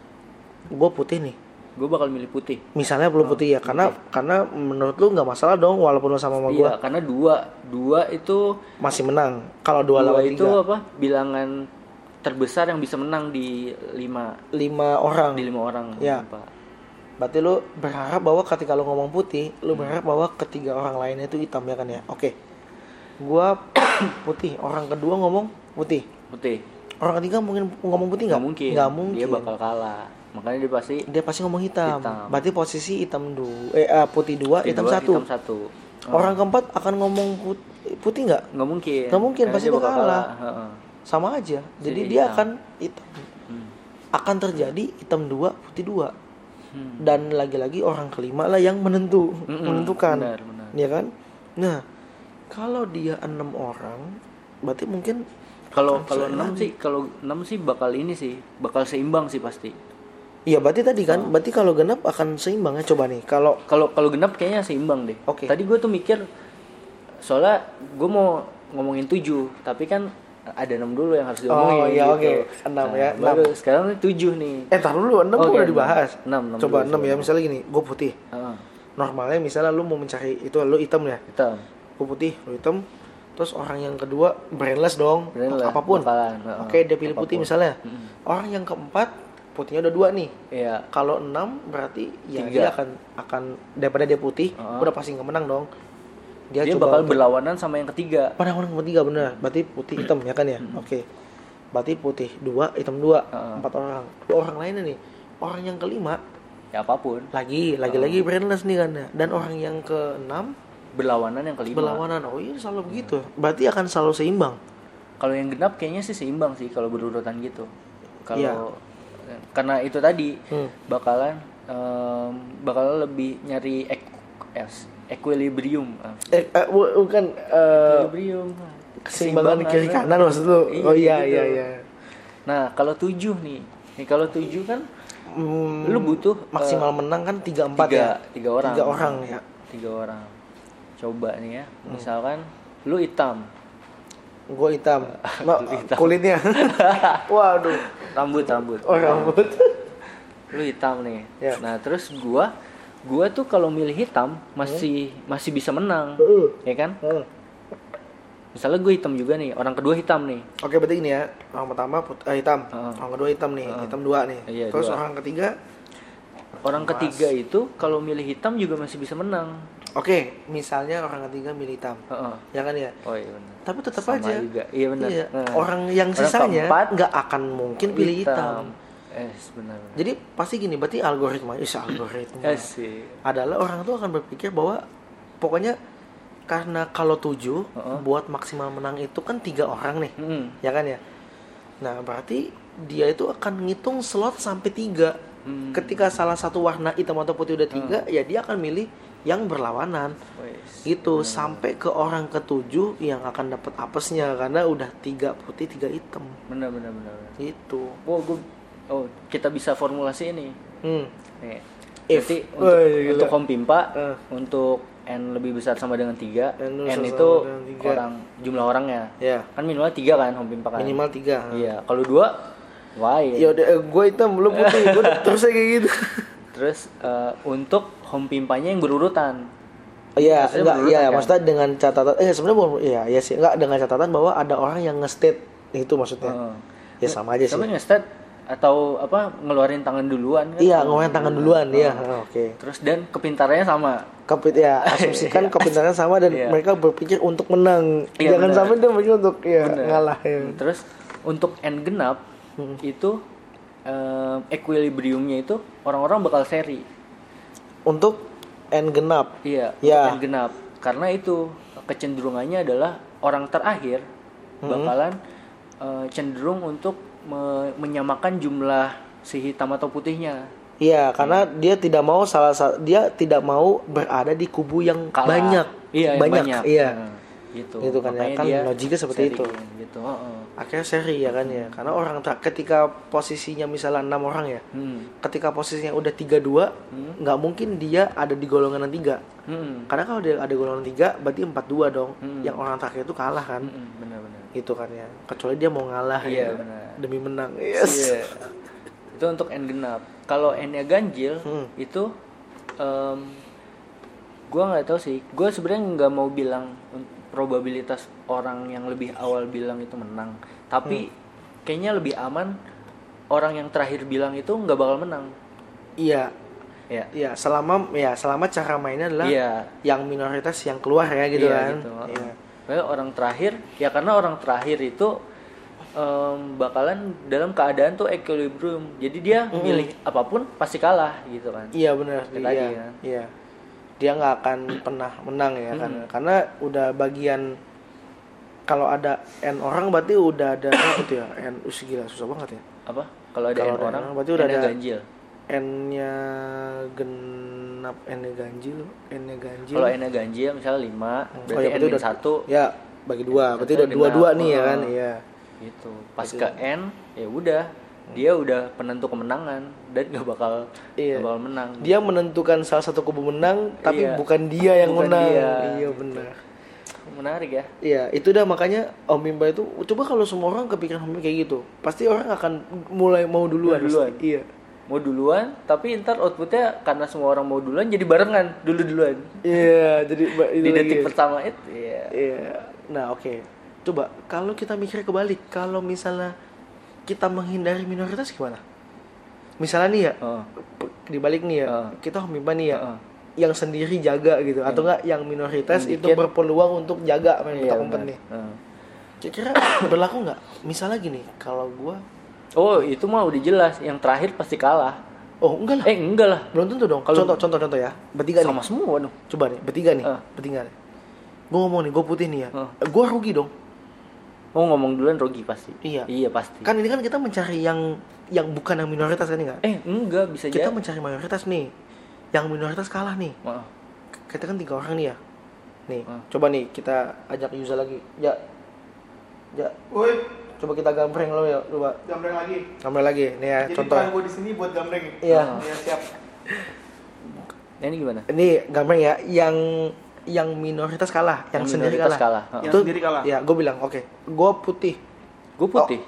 Speaker 2: Gua putih nih.
Speaker 3: Gue bakal milih putih.
Speaker 2: Misalnya belum putih ya, karena putih. Karena menurut lu nggak masalah dong, walaupun lu sama sama gue.
Speaker 3: Iya, karena dua dua itu
Speaker 2: masih menang. Kalau dua, dua lawan
Speaker 3: itu tiga. Apa? Bilangan terbesar yang bisa menang di lima
Speaker 2: lima orang.
Speaker 3: Di lima orang.
Speaker 2: Ya. Lupa. Berarti lu berharap bahwa ketika lu ngomong putih, lu hmm. berharap bahwa ketiga orang lainnya itu hitam ya kan ya. Oke. Gua putih, orang kedua ngomong putih.
Speaker 3: Putih.
Speaker 2: Orang ketiga mungkin ngomong putih nggak?
Speaker 3: Nggak mungkin.
Speaker 2: Nggak mungkin.
Speaker 3: Dia bakal kalah. Makanya dia pasti
Speaker 2: dia pasti ngomong hitam.
Speaker 3: hitam.
Speaker 2: Berarti posisi hitam dua, eh uh, putih dua, putih hitam dua, satu.
Speaker 3: Hitam satu. Oh.
Speaker 2: Orang keempat akan ngomong putih, putih nggak?
Speaker 3: Nggak mungkin.
Speaker 2: Nggak mungkin,
Speaker 3: karena
Speaker 2: pasti dia kalah. kalah.
Speaker 3: Uh-uh.
Speaker 2: Sama aja. Jadi, Jadi dia hitam. akan hitam. Hmm. Akan terjadi hitam dua, putih dua. Hmm. Dan lagi-lagi orang kelima lah yang menentu, Mm-mm. menentukan.
Speaker 3: Benar, benar.
Speaker 2: Ya kan? Nah, kalau dia enam orang, berarti mungkin
Speaker 3: kalau kalau enam sih, kalau enam sih bakal ini sih, bakal seimbang sih pasti.
Speaker 2: Iya, berarti tadi kan, oh. berarti kalau genap akan seimbang ya. Coba nih, kalau
Speaker 3: kalau kalau genap kayaknya seimbang deh.
Speaker 2: Oke. Okay.
Speaker 3: Tadi gue tuh mikir, soalnya gue mau ngomongin tujuh, tapi kan ada enam dulu yang harus diomongin.
Speaker 2: Oh iya,
Speaker 3: gitu.
Speaker 2: oke. Okay. enam ya.
Speaker 3: Nah, baru sekarang tujuh nih.
Speaker 2: Eh, tar dulu, enam okay, udah dibahas.
Speaker 3: enam, enam
Speaker 2: Coba
Speaker 3: dulu,
Speaker 2: enam ya, misalnya gini, gue putih. Uh-huh. Normalnya misalnya lu mau mencari itu, lu hitam ya.
Speaker 3: Hitam.
Speaker 2: Gue putih, lu hitam. Terus orang yang kedua brainless dong,
Speaker 3: brainless,
Speaker 2: apapun.
Speaker 3: Uh-huh.
Speaker 2: Oke, okay, dia pilih apapun. Putih misalnya. Uh-huh. Orang yang keempat putihnya udah dua nih.
Speaker 3: Iya.
Speaker 2: Kalau enam berarti ya
Speaker 3: Tiga.
Speaker 2: dia akan akan daripada dia putih, uh-huh. udah pasti nggak menang dong.
Speaker 3: Dia, dia bakal untuk berlawanan sama yang ketiga.
Speaker 2: Berlawanan sama ketiga benar. Berarti putih hitam ya kan ya. Hmm. Oke. Okay. Berarti putih dua, hitam dua, uh-huh. empat orang. Dua orang lainnya nih. Orang yang kelima
Speaker 3: ya apapun.
Speaker 2: Lagi, lagi-lagi uh-huh. brainless nih kan ya. Dan orang yang keenam
Speaker 3: berlawanan yang kelima.
Speaker 2: Berlawanan. Oh iya selalu begitu. Berarti akan selalu seimbang.
Speaker 3: Kalau yang genap kayaknya sih seimbang sih kalau berurutan gitu. Kalau
Speaker 2: ya.
Speaker 3: karena itu tadi
Speaker 2: hmm.
Speaker 3: bakalan um, bakalan lebih nyari ek, yes, equilibrium.
Speaker 2: Eh, eh bukan uh,
Speaker 3: equilibrium.
Speaker 2: Keseimbangan kiri kanan maksud lu?
Speaker 3: Iya,
Speaker 2: oh iya
Speaker 3: gitu.
Speaker 2: iya iya.
Speaker 3: Nah kalau tujuh nih, nih kalau tujuh kan hmm, lu butuh
Speaker 2: maksimal uh, menang kan tiga empat ya?
Speaker 3: Tiga orang.
Speaker 2: Tiga orang ya.
Speaker 3: Tiga orang. Coba nih ya, misalkan hmm. lu hitam.
Speaker 2: Gue hitam. Nah, hitam. Kulitnya. Waduh.
Speaker 3: Rambut rambut.
Speaker 2: Oh rambut.
Speaker 3: Lu hitam nih.
Speaker 2: Ya.
Speaker 3: Nah terus gua, gua tuh kalau milih hitam masih hmm. masih bisa menang,
Speaker 2: uh.
Speaker 3: ya kan?
Speaker 2: Uh.
Speaker 3: Misalnya gue hitam juga nih, orang kedua hitam nih.
Speaker 2: Oke berarti ini ya, orang pertama put- eh, hitam, uh. orang kedua hitam nih, uh. hitam dua nih.
Speaker 3: Iya,
Speaker 2: terus
Speaker 3: dua.
Speaker 2: orang ketiga.
Speaker 3: Orang Mas. ketiga itu kalau milih hitam juga masih bisa menang.
Speaker 2: Oke, misalnya orang ketiga milih hitam,
Speaker 3: uh-uh.
Speaker 2: ya kan ya.
Speaker 3: Oh iya benar.
Speaker 2: Tapi tetap
Speaker 3: Sama
Speaker 2: aja.
Speaker 3: Juga. Iya benar.
Speaker 2: Iya.
Speaker 3: Uh.
Speaker 2: Orang yang
Speaker 3: orang
Speaker 2: sisanya nggak akan mungkin pilih
Speaker 3: hitam.
Speaker 2: hitam.
Speaker 3: Eh benar.
Speaker 2: Jadi pasti gini, berarti algoritma, is algoritma.
Speaker 3: Yes,
Speaker 2: adalah orang tuh akan berpikir bahwa pokoknya karena kalau tujuh uh-uh. buat maksimal menang itu kan tiga orang nih,
Speaker 3: mm.
Speaker 2: ya kan ya. Nah berarti dia itu akan ngitung slot sampai tiga. Hmm. Ketika salah satu warna hitam atau putih udah tiga, hmm. ya dia akan milih yang berlawanan.
Speaker 3: Weiss.
Speaker 2: Gitu
Speaker 3: hmm.
Speaker 2: sampai ke orang ketujuh yang akan dapat apesnya karena udah tiga putih tiga hitam.
Speaker 3: Benar benar benar.
Speaker 2: Itu.
Speaker 3: Oh, gua, oh kita bisa formulasi ini.
Speaker 2: Hmm.
Speaker 3: Nih.
Speaker 2: If.
Speaker 3: Jadi untuk,
Speaker 2: oh,
Speaker 3: untuk home pimpa,
Speaker 2: uh. untuk
Speaker 3: n lebih besar sama dengan tiga, n,
Speaker 2: n
Speaker 3: itu orang jumlah orangnya.
Speaker 2: Ya.
Speaker 3: Kan minimal tiga kan home pimpa kan.
Speaker 2: Minimal tiga.
Speaker 3: Iya. Kalau dua lain.
Speaker 2: Ya udah, gue hitam, lu putih, gue terus kayak gitu.
Speaker 3: Terus uh, untuk home pimpanya yang berurutan.
Speaker 2: Oh iya, enggak, iya,
Speaker 3: kan?
Speaker 2: Maksudnya dengan catatan, eh sebenarnya bukan, iya, iya sih, enggak dengan catatan bahwa ada orang yang nge-state itu maksudnya. Uh, ya sama aja sih.
Speaker 3: Tapi nge-state atau apa ngeluarin tangan duluan kan?
Speaker 2: Iya, ngeluarin tangan duluan, iya, uh, oke. Okay.
Speaker 3: Terus dan kepintarannya sama.
Speaker 2: Kepit ya, asumsikan kepintarannya sama dan iya. mereka berpikir untuk menang. Iya, jangan bener. Sampai dia berpikir untuk ya bener. ngalah ya.
Speaker 3: Terus untuk n genap hmm. itu Um, equilibriumnya itu orang-orang bakal seri
Speaker 2: untuk n genap.
Speaker 3: Iya,
Speaker 2: ya.
Speaker 3: Untuk n genap. Karena itu kecenderungannya adalah orang terakhir hmm. bakalan uh, cenderung untuk me- menyamakan jumlah si hitam atau putihnya.
Speaker 2: Iya, karena hmm. dia tidak mau salah satu dia tidak mau berada di kubu yang Kalah. banyak.
Speaker 3: Iya,
Speaker 2: banyak.
Speaker 3: banyak.
Speaker 2: Iya.
Speaker 3: Hmm. Gitu.
Speaker 2: Itu kan ya, kan logiknya seperti itu.
Speaker 3: Gitu. Oh, oh.
Speaker 2: Akhirnya seri ya kan ya. Karena orang ketika posisinya misalnya enam orang ya.
Speaker 3: Hmm.
Speaker 2: Ketika posisinya udah tiga dua, hmm. nggak mungkin dia ada di golongan tiga. Hmm. Karena kalau dia ada golongan tiga, berarti empat dua dong. Hmm. Yang orang terakhir itu kalah kan.
Speaker 3: Hmm. Benar-benar.
Speaker 2: Gitu kan ya. Kecuali dia mau ngalah
Speaker 3: iya,
Speaker 2: ya.
Speaker 3: Benar.
Speaker 2: Demi menang. Yes.
Speaker 3: Iya. Itu untuk n genap. Kalau n-nya ganjil hmm. itu um, gue nggak tahu sih. Gue sebenarnya nggak mau bilang probabilitas orang yang lebih awal bilang itu menang, tapi hmm. kayaknya lebih aman orang yang terakhir bilang itu nggak bakal menang.
Speaker 2: Iya,
Speaker 3: ya,
Speaker 2: iya. Selama ya selama cara mainnya adalah
Speaker 3: iya.
Speaker 2: yang minoritas yang keluar ya gitu
Speaker 3: iya,
Speaker 2: kan.
Speaker 3: Gitu. Iya. Well, orang terakhir ya karena orang terakhir itu um, bakalan dalam keadaan tuh equilibrium, jadi dia mm-hmm. milih apapun pasti kalah gitu kan.
Speaker 2: Iya benar. Iya.
Speaker 3: Tadi, kan?
Speaker 2: Iya. Dia nggak akan pernah menang ya kan, hmm. karena udah bagian kalau ada n orang berarti udah ada apa tuh ya n us gila susah banget ya
Speaker 3: apa kalau ada
Speaker 2: kalo
Speaker 3: n
Speaker 2: ada
Speaker 3: orang
Speaker 2: berarti udah ada
Speaker 3: ganjil
Speaker 2: n-nya genap n-nya ganjil n-nya ganjil
Speaker 3: kalau n-nya ganjil misalnya lima berarti,
Speaker 2: oh, ya, berarti
Speaker 3: n
Speaker 2: udah
Speaker 3: satu
Speaker 2: ya bagi dua berarti udah dua dua nih ya kan iya
Speaker 3: gitu pas berarti ke n ya udah dia udah penentu kemenangan dan gak bakal
Speaker 2: iya.
Speaker 3: gak bakal menang.
Speaker 2: Dia menentukan salah satu kubu menang, tapi
Speaker 3: iya.
Speaker 2: bukan dia yang
Speaker 3: bukan
Speaker 2: menang.
Speaker 3: Dia.
Speaker 2: Iya benar.
Speaker 3: Menarik ya.
Speaker 2: Iya, itu dah makanya Om Bimba itu coba kalau semua orang kepikiran Om Bimba kayak gitu, pasti orang akan mulai mau duluan.
Speaker 3: Mau duluan.
Speaker 2: Iya.
Speaker 3: Mau duluan, tapi ntar outputnya karena semua orang mau duluan jadi barengan dulu duluan.
Speaker 2: Iya, jadi
Speaker 3: di detik pertama itu. Iya.
Speaker 2: Iya. Nah oke, okay. Coba kalau kita mikir kebalik, kalau misalnya kita menghindari minoritas gimana? Misalnya nih ya, uh. dibalik nih ya, uh. kita Om Bimba nih ya, uh. yang sendiri jaga gitu, uh. atau enggak yang minoritas yang itu dikit. Berpeluang untuk jaga main
Speaker 3: iya,
Speaker 2: kompeten nih.
Speaker 3: Uh.
Speaker 2: Kira-kira berlaku nggak? Misalnya gini, kalau gua,
Speaker 3: oh itu mah udah jelas, yang terakhir pasti kalah.
Speaker 2: Oh enggak lah.
Speaker 3: Eh enggak lah.
Speaker 2: Belum tentu dong. Kalau contoh, contoh, contoh ya, bertiga
Speaker 3: sama
Speaker 2: nih.
Speaker 3: Sama semua dong.
Speaker 2: Coba nih, bertiga nih, uh. bertiga nih. Gua ngomong nih, gua putih nih ya, uh. gua rugi dong.
Speaker 3: Oh ngomong duluan rugi pasti.
Speaker 2: Iya.
Speaker 3: Iya pasti.
Speaker 2: Kan ini kan kita mencari yang yang bukan yang minoritas kan enggak?
Speaker 3: Eh enggak, bisa
Speaker 2: Kita
Speaker 3: aja.
Speaker 2: mencari mayoritas nih. Yang minoritas kalah nih.
Speaker 3: Maaf.
Speaker 2: Kita kan tiga orang nih ya. Nih,
Speaker 3: Ah.
Speaker 2: coba nih kita ajak Yuza lagi. Ya. Ya.
Speaker 4: Woi,
Speaker 2: Coba kita gambreng lo ya, coba.
Speaker 4: gambreng lagi.
Speaker 2: Gambreng lagi. Nih ya,
Speaker 4: Jadi
Speaker 2: contoh.
Speaker 4: peran gue di sini buat gambreng.
Speaker 2: Iya.
Speaker 4: Ya, siap.
Speaker 3: Nah, ini gimana?
Speaker 2: Ini gambreng ya, yang yang minoritas kalah, yang,
Speaker 3: Yang
Speaker 2: sendiri
Speaker 3: minoritas
Speaker 2: kalah.
Speaker 3: kalah.
Speaker 4: Yang
Speaker 2: Itu-
Speaker 4: sendiri kalah.
Speaker 2: Ya, gue bilang, oke. Gue putih.
Speaker 3: Gue putih.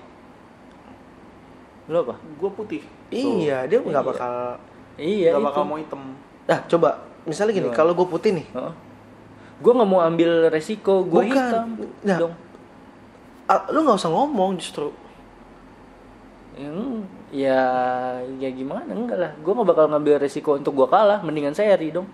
Speaker 3: Lu apa?
Speaker 4: Gue putih.
Speaker 2: Iya, dia nggak
Speaker 3: Iya.
Speaker 2: bakal.
Speaker 3: Iya,
Speaker 4: Gak
Speaker 3: itu.
Speaker 4: bakal mau hitam.
Speaker 2: Nah, coba. Misalnya gini,
Speaker 3: Gimana?
Speaker 2: kalau gue putih nih,
Speaker 3: Heeh. Gue nggak mau ambil resiko gue
Speaker 2: Bukan.
Speaker 3: hitam
Speaker 2: Nah.
Speaker 3: dong.
Speaker 2: ah, lu nggak usah ngomong justru.
Speaker 3: Hmm, ya, ya gimana? Enggak lah. Gue nggak bakal ngambil resiko untuk gue kalah. Mendingan seri dong.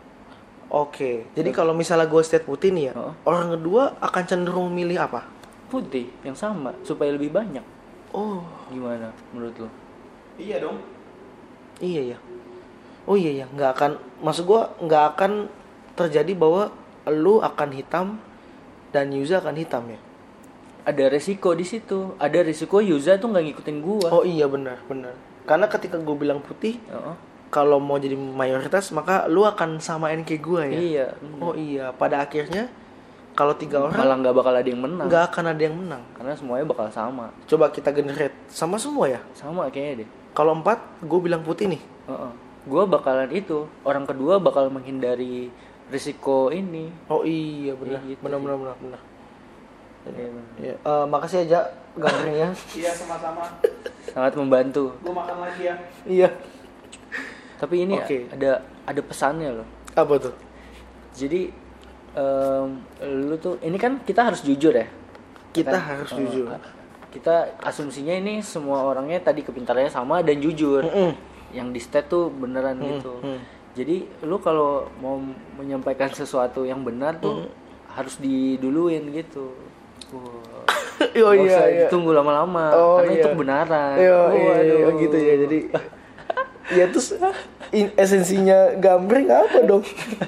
Speaker 2: Oke, jadi kalau misalnya gue state putih nih ya,
Speaker 3: Oh.
Speaker 2: orang kedua akan cenderung milih apa?
Speaker 3: Putih yang sama supaya lebih banyak.
Speaker 2: Oh,
Speaker 3: Gimana menurut lo?
Speaker 4: Iya dong.
Speaker 2: iya ya. Oh iya ya, nggak akan, maksud gue nggak akan terjadi bahwa lu akan hitam dan Yuza akan hitam ya.
Speaker 3: Ada resiko di situ. Ada resiko Yuza tuh nggak ngikutin gue.
Speaker 2: Oh iya benar benar. Karena ketika gue bilang putih,
Speaker 3: Heeh.
Speaker 2: kalau mau jadi mayoritas maka lu akan samain kayak gue ya.
Speaker 3: Iya.
Speaker 2: Oh iya, pada akhirnya kalau tiga
Speaker 3: Malah
Speaker 2: orang
Speaker 3: nggak bakal ada yang menang.
Speaker 2: nggak akan ada yang menang.
Speaker 3: Karena semuanya bakal sama.
Speaker 2: Coba kita generate sama semua ya.
Speaker 3: Sama kayaknya deh.
Speaker 2: Kalau empat, gue bilang putih nih.
Speaker 3: Heeh. Gue bakalan itu. Orang kedua bakal menghindari risiko ini.
Speaker 2: Oh iya benar,
Speaker 3: Iya, gitu
Speaker 2: benar
Speaker 3: sih.
Speaker 2: benar benar benar.
Speaker 3: Iya, bener.
Speaker 2: Ya, eh, makasih aja gambarnya.
Speaker 4: Iya, sama-sama.
Speaker 3: Sangat membantu.
Speaker 4: Gue makan lagi ya.
Speaker 2: Iya.
Speaker 3: Tapi ini
Speaker 2: Oke.
Speaker 3: ada ada pesannya loh.
Speaker 2: Apa tuh?
Speaker 3: Jadi em, lu tuh ini kan kita harus jujur ya.
Speaker 2: Kita
Speaker 3: Kan,
Speaker 2: harus
Speaker 3: eh,
Speaker 2: jujur.
Speaker 3: Kita asumsinya ini semua orangnya tadi kepintarannya sama dan jujur.
Speaker 2: Mm-mm.
Speaker 3: Yang di state tuh beneran
Speaker 2: Hmm,
Speaker 3: gitu.
Speaker 2: hmm.
Speaker 3: Jadi lu kalau mau menyampaikan sesuatu yang benar tuh
Speaker 2: Hmm.
Speaker 3: harus diduluin gitu. Wah.
Speaker 2: Oh
Speaker 3: Nggak
Speaker 2: iya
Speaker 3: usah
Speaker 2: iya.
Speaker 3: ditunggu lama-lama
Speaker 2: Oh,
Speaker 3: karena
Speaker 2: iya.
Speaker 3: itu kebenaran.
Speaker 2: Iya,
Speaker 3: Oh,
Speaker 2: iya, iya,
Speaker 3: aduh.
Speaker 2: gitu ya. Jadi ya terus in- esensinya gambreng apa dong?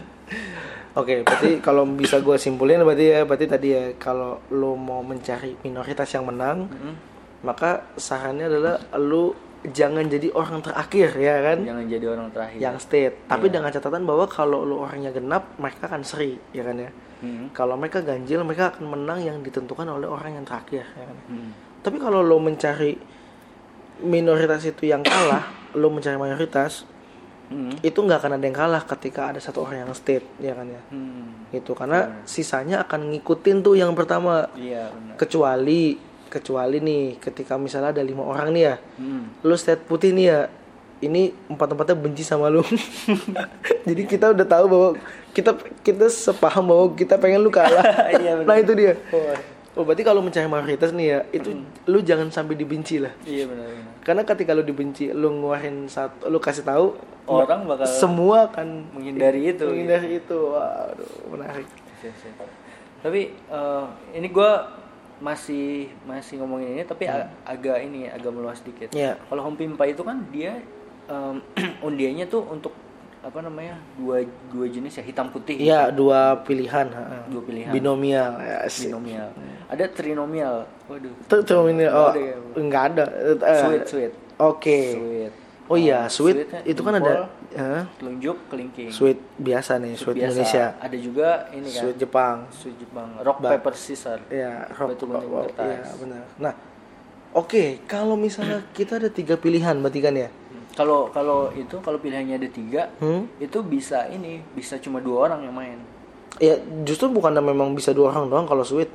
Speaker 2: Oke, berarti kalau bisa gue simpulin berarti ya, berarti tadi ya kalau lo mau mencari minoritas yang menang,
Speaker 3: Mm-mm.
Speaker 2: maka sarannya adalah lo jangan jadi orang terakhir ya kan,
Speaker 3: Jangan jadi orang terakhir.
Speaker 2: yang state. Tapi
Speaker 3: Iya.
Speaker 2: dengan catatan bahwa kalau lo orangnya genap, mereka akan seri ya kan ya.
Speaker 3: Mm-mm.
Speaker 2: Kalau mereka ganjil, mereka akan menang yang ditentukan oleh orang yang terakhir ya kan.
Speaker 3: Mm.
Speaker 2: Tapi kalau lo mencari minoritas itu yang kalah, lo mencari mayoritas,
Speaker 3: Mm.
Speaker 2: itu nggak akan ada yang kalah ketika ada satu orang yang state ya kan ya.
Speaker 3: Mm.
Speaker 2: Itu karena sisanya akan ngikutin tuh yang pertama.
Speaker 3: Iya benar.
Speaker 2: Kecuali kecuali nih ketika misalnya ada lima orang nih ya,
Speaker 3: Mm.
Speaker 2: lo state putih nih ya, ini empat-empatnya benci sama lo. Jadi kita udah tahu bahwa kita kita sepaham bahwa kita pengen lu kalah.
Speaker 3: Iya, benar.
Speaker 2: Nah itu dia.
Speaker 3: Oh,
Speaker 2: Oh berarti kalau mencari mayoritas nih ya, itu lu jangan sampai dibenci lah.
Speaker 3: iya benar benar.
Speaker 2: Karena ketika lu dibenci, lu ngeluarin satu, lu kasih tahu
Speaker 3: Orang bakal
Speaker 2: semua akan
Speaker 3: menghindari itu,
Speaker 2: menghindari itu. Waduh, menarik.
Speaker 3: Siap, siap. Tapi eh, ini gue masih masih ngomongin ini tapi ag- agak ini ya, agak meluas dikit.
Speaker 2: Iya.
Speaker 3: Kalau Home Pimpa itu kan dia em, undiannya tuh untuk apa namanya dua dua jenis ya, hitam putih.
Speaker 2: Iya, dua pilihan. ha.
Speaker 3: Dua pilihan.
Speaker 2: Binomial. Ya, asik.
Speaker 3: Binomial. Ada trinomial. Waduh.
Speaker 2: Itu trinomial. Oh,
Speaker 3: Ada ya?
Speaker 2: enggak ada. Eh,
Speaker 3: Sweet sweet.
Speaker 2: Oke.
Speaker 3: Sweet.
Speaker 2: Oh iya,
Speaker 3: Eh,
Speaker 2: sweet
Speaker 3: sweetnya
Speaker 2: itu kan
Speaker 3: jempol,
Speaker 2: ada. Hah?
Speaker 3: telunjuk, kelingking.
Speaker 2: Sweet biasa nih, sweet,
Speaker 3: biasa.
Speaker 2: Indonesia.
Speaker 3: Ada juga ini kan.
Speaker 2: Sweet Jepang.
Speaker 3: Sweet Jepang. Rock
Speaker 2: Ba-
Speaker 3: paper scissors.
Speaker 2: Iya, rock.
Speaker 3: Batu gunting
Speaker 2: oh,
Speaker 3: kertas.
Speaker 2: iya, benar. Nah, oke, kalau misalnya kita ada tiga pilihan berarti kan ya?
Speaker 3: Kalau kalau itu kalau pilihannya ada tiga,
Speaker 2: Hmm?
Speaker 3: itu bisa ini bisa cuma dua orang yang main.
Speaker 2: Ya, justru bukan memang bisa dua orang doang kalau sweet.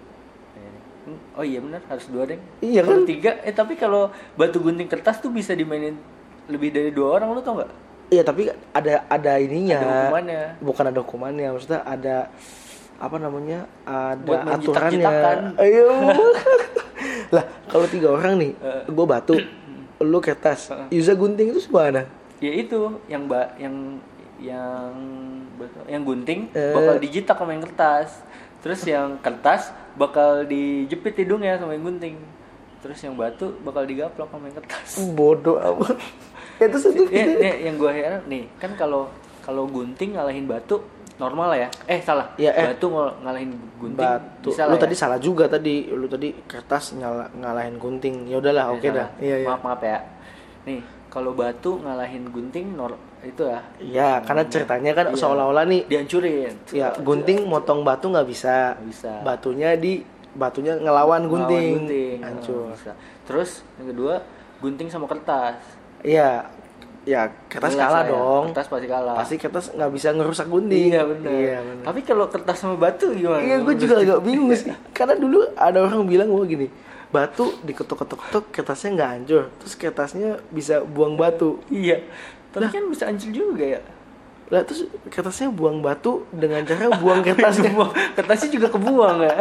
Speaker 3: Oh iya benar harus dua deng.
Speaker 2: Iya
Speaker 3: Kalau
Speaker 2: kan?
Speaker 3: tiga, eh tapi kalau batu gunting kertas tuh bisa dimainin lebih dari dua orang, lu tau nggak?
Speaker 2: Iya, tapi ada ada ininya.
Speaker 3: Ada hukumannya.
Speaker 2: Bukan ada hukumannya, maksudnya ada apa namanya? Ada
Speaker 3: Buat
Speaker 2: aturannya.
Speaker 3: menjitak-jitakan.
Speaker 2: Ayo. Lah, kalau tiga orang nih,
Speaker 3: Eh.
Speaker 2: gue batu, lu kertas, Yuza gunting itu gimana?
Speaker 3: Ya itu yang ba yang yang batu- yang gunting
Speaker 2: Eh.
Speaker 3: bakal dijitak sama yang kertas. Terus yang kertas bakal dijepit hidungnya sama yang gunting. Terus yang batu bakal digaplok sama yang kertas.
Speaker 2: Bodoh amat. Ya terus itu
Speaker 3: Ya, ya, yang gue heran nih kan kalau kalau gunting ngalahin batu normal lah ya. Eh salah.
Speaker 2: Ya, eh.
Speaker 3: Batu ng- ngalahin gunting.
Speaker 2: Batu.
Speaker 3: Bisa
Speaker 2: Lu
Speaker 3: lah
Speaker 2: tadi
Speaker 3: ya?
Speaker 2: salah juga tadi. Lu tadi kertas nyala, ngalahin gunting. Ya udahlah,
Speaker 3: Eh,
Speaker 2: oke dah.
Speaker 3: salah.
Speaker 2: Iya, iya.
Speaker 3: Maaf maaf ya. Nih kalau batu ngalahin gunting nor itu ya.
Speaker 2: Iya, karena ceritanya kan
Speaker 3: Iya.
Speaker 2: seolah-olah nih
Speaker 3: Dihancurin.
Speaker 2: ya gunting motong batu nggak bisa.
Speaker 3: Nggak bisa.
Speaker 2: Batunya di batunya ngelawan
Speaker 3: Ngelawan
Speaker 2: gunting.
Speaker 3: gunting.
Speaker 2: Hancur.
Speaker 3: Oh, bisa. Terus yang kedua gunting sama kertas.
Speaker 2: Iya. Ya, kertas
Speaker 3: Jelas
Speaker 2: kalah
Speaker 3: lah ya,
Speaker 2: dong.
Speaker 3: Kertas pasti kalah.
Speaker 2: Pasti kertas nggak bisa ngerusak gunting.
Speaker 3: Iya benar.
Speaker 2: Iya, benar.
Speaker 3: Tapi kalau kertas sama batu gimana?
Speaker 2: Iya, gue juga agak bingung sih. Karena dulu ada orang bilang gue gini, batu diketuk-ketuk-ketuk kertasnya nggak hancur, terus kertasnya bisa buang batu.
Speaker 3: Iya. Tapi kan bisa hancur juga ya.
Speaker 2: Lah terus kertasnya buang batu dengan cara buang kertasnya.
Speaker 3: Kebuang. Kertasnya juga kebuang ya.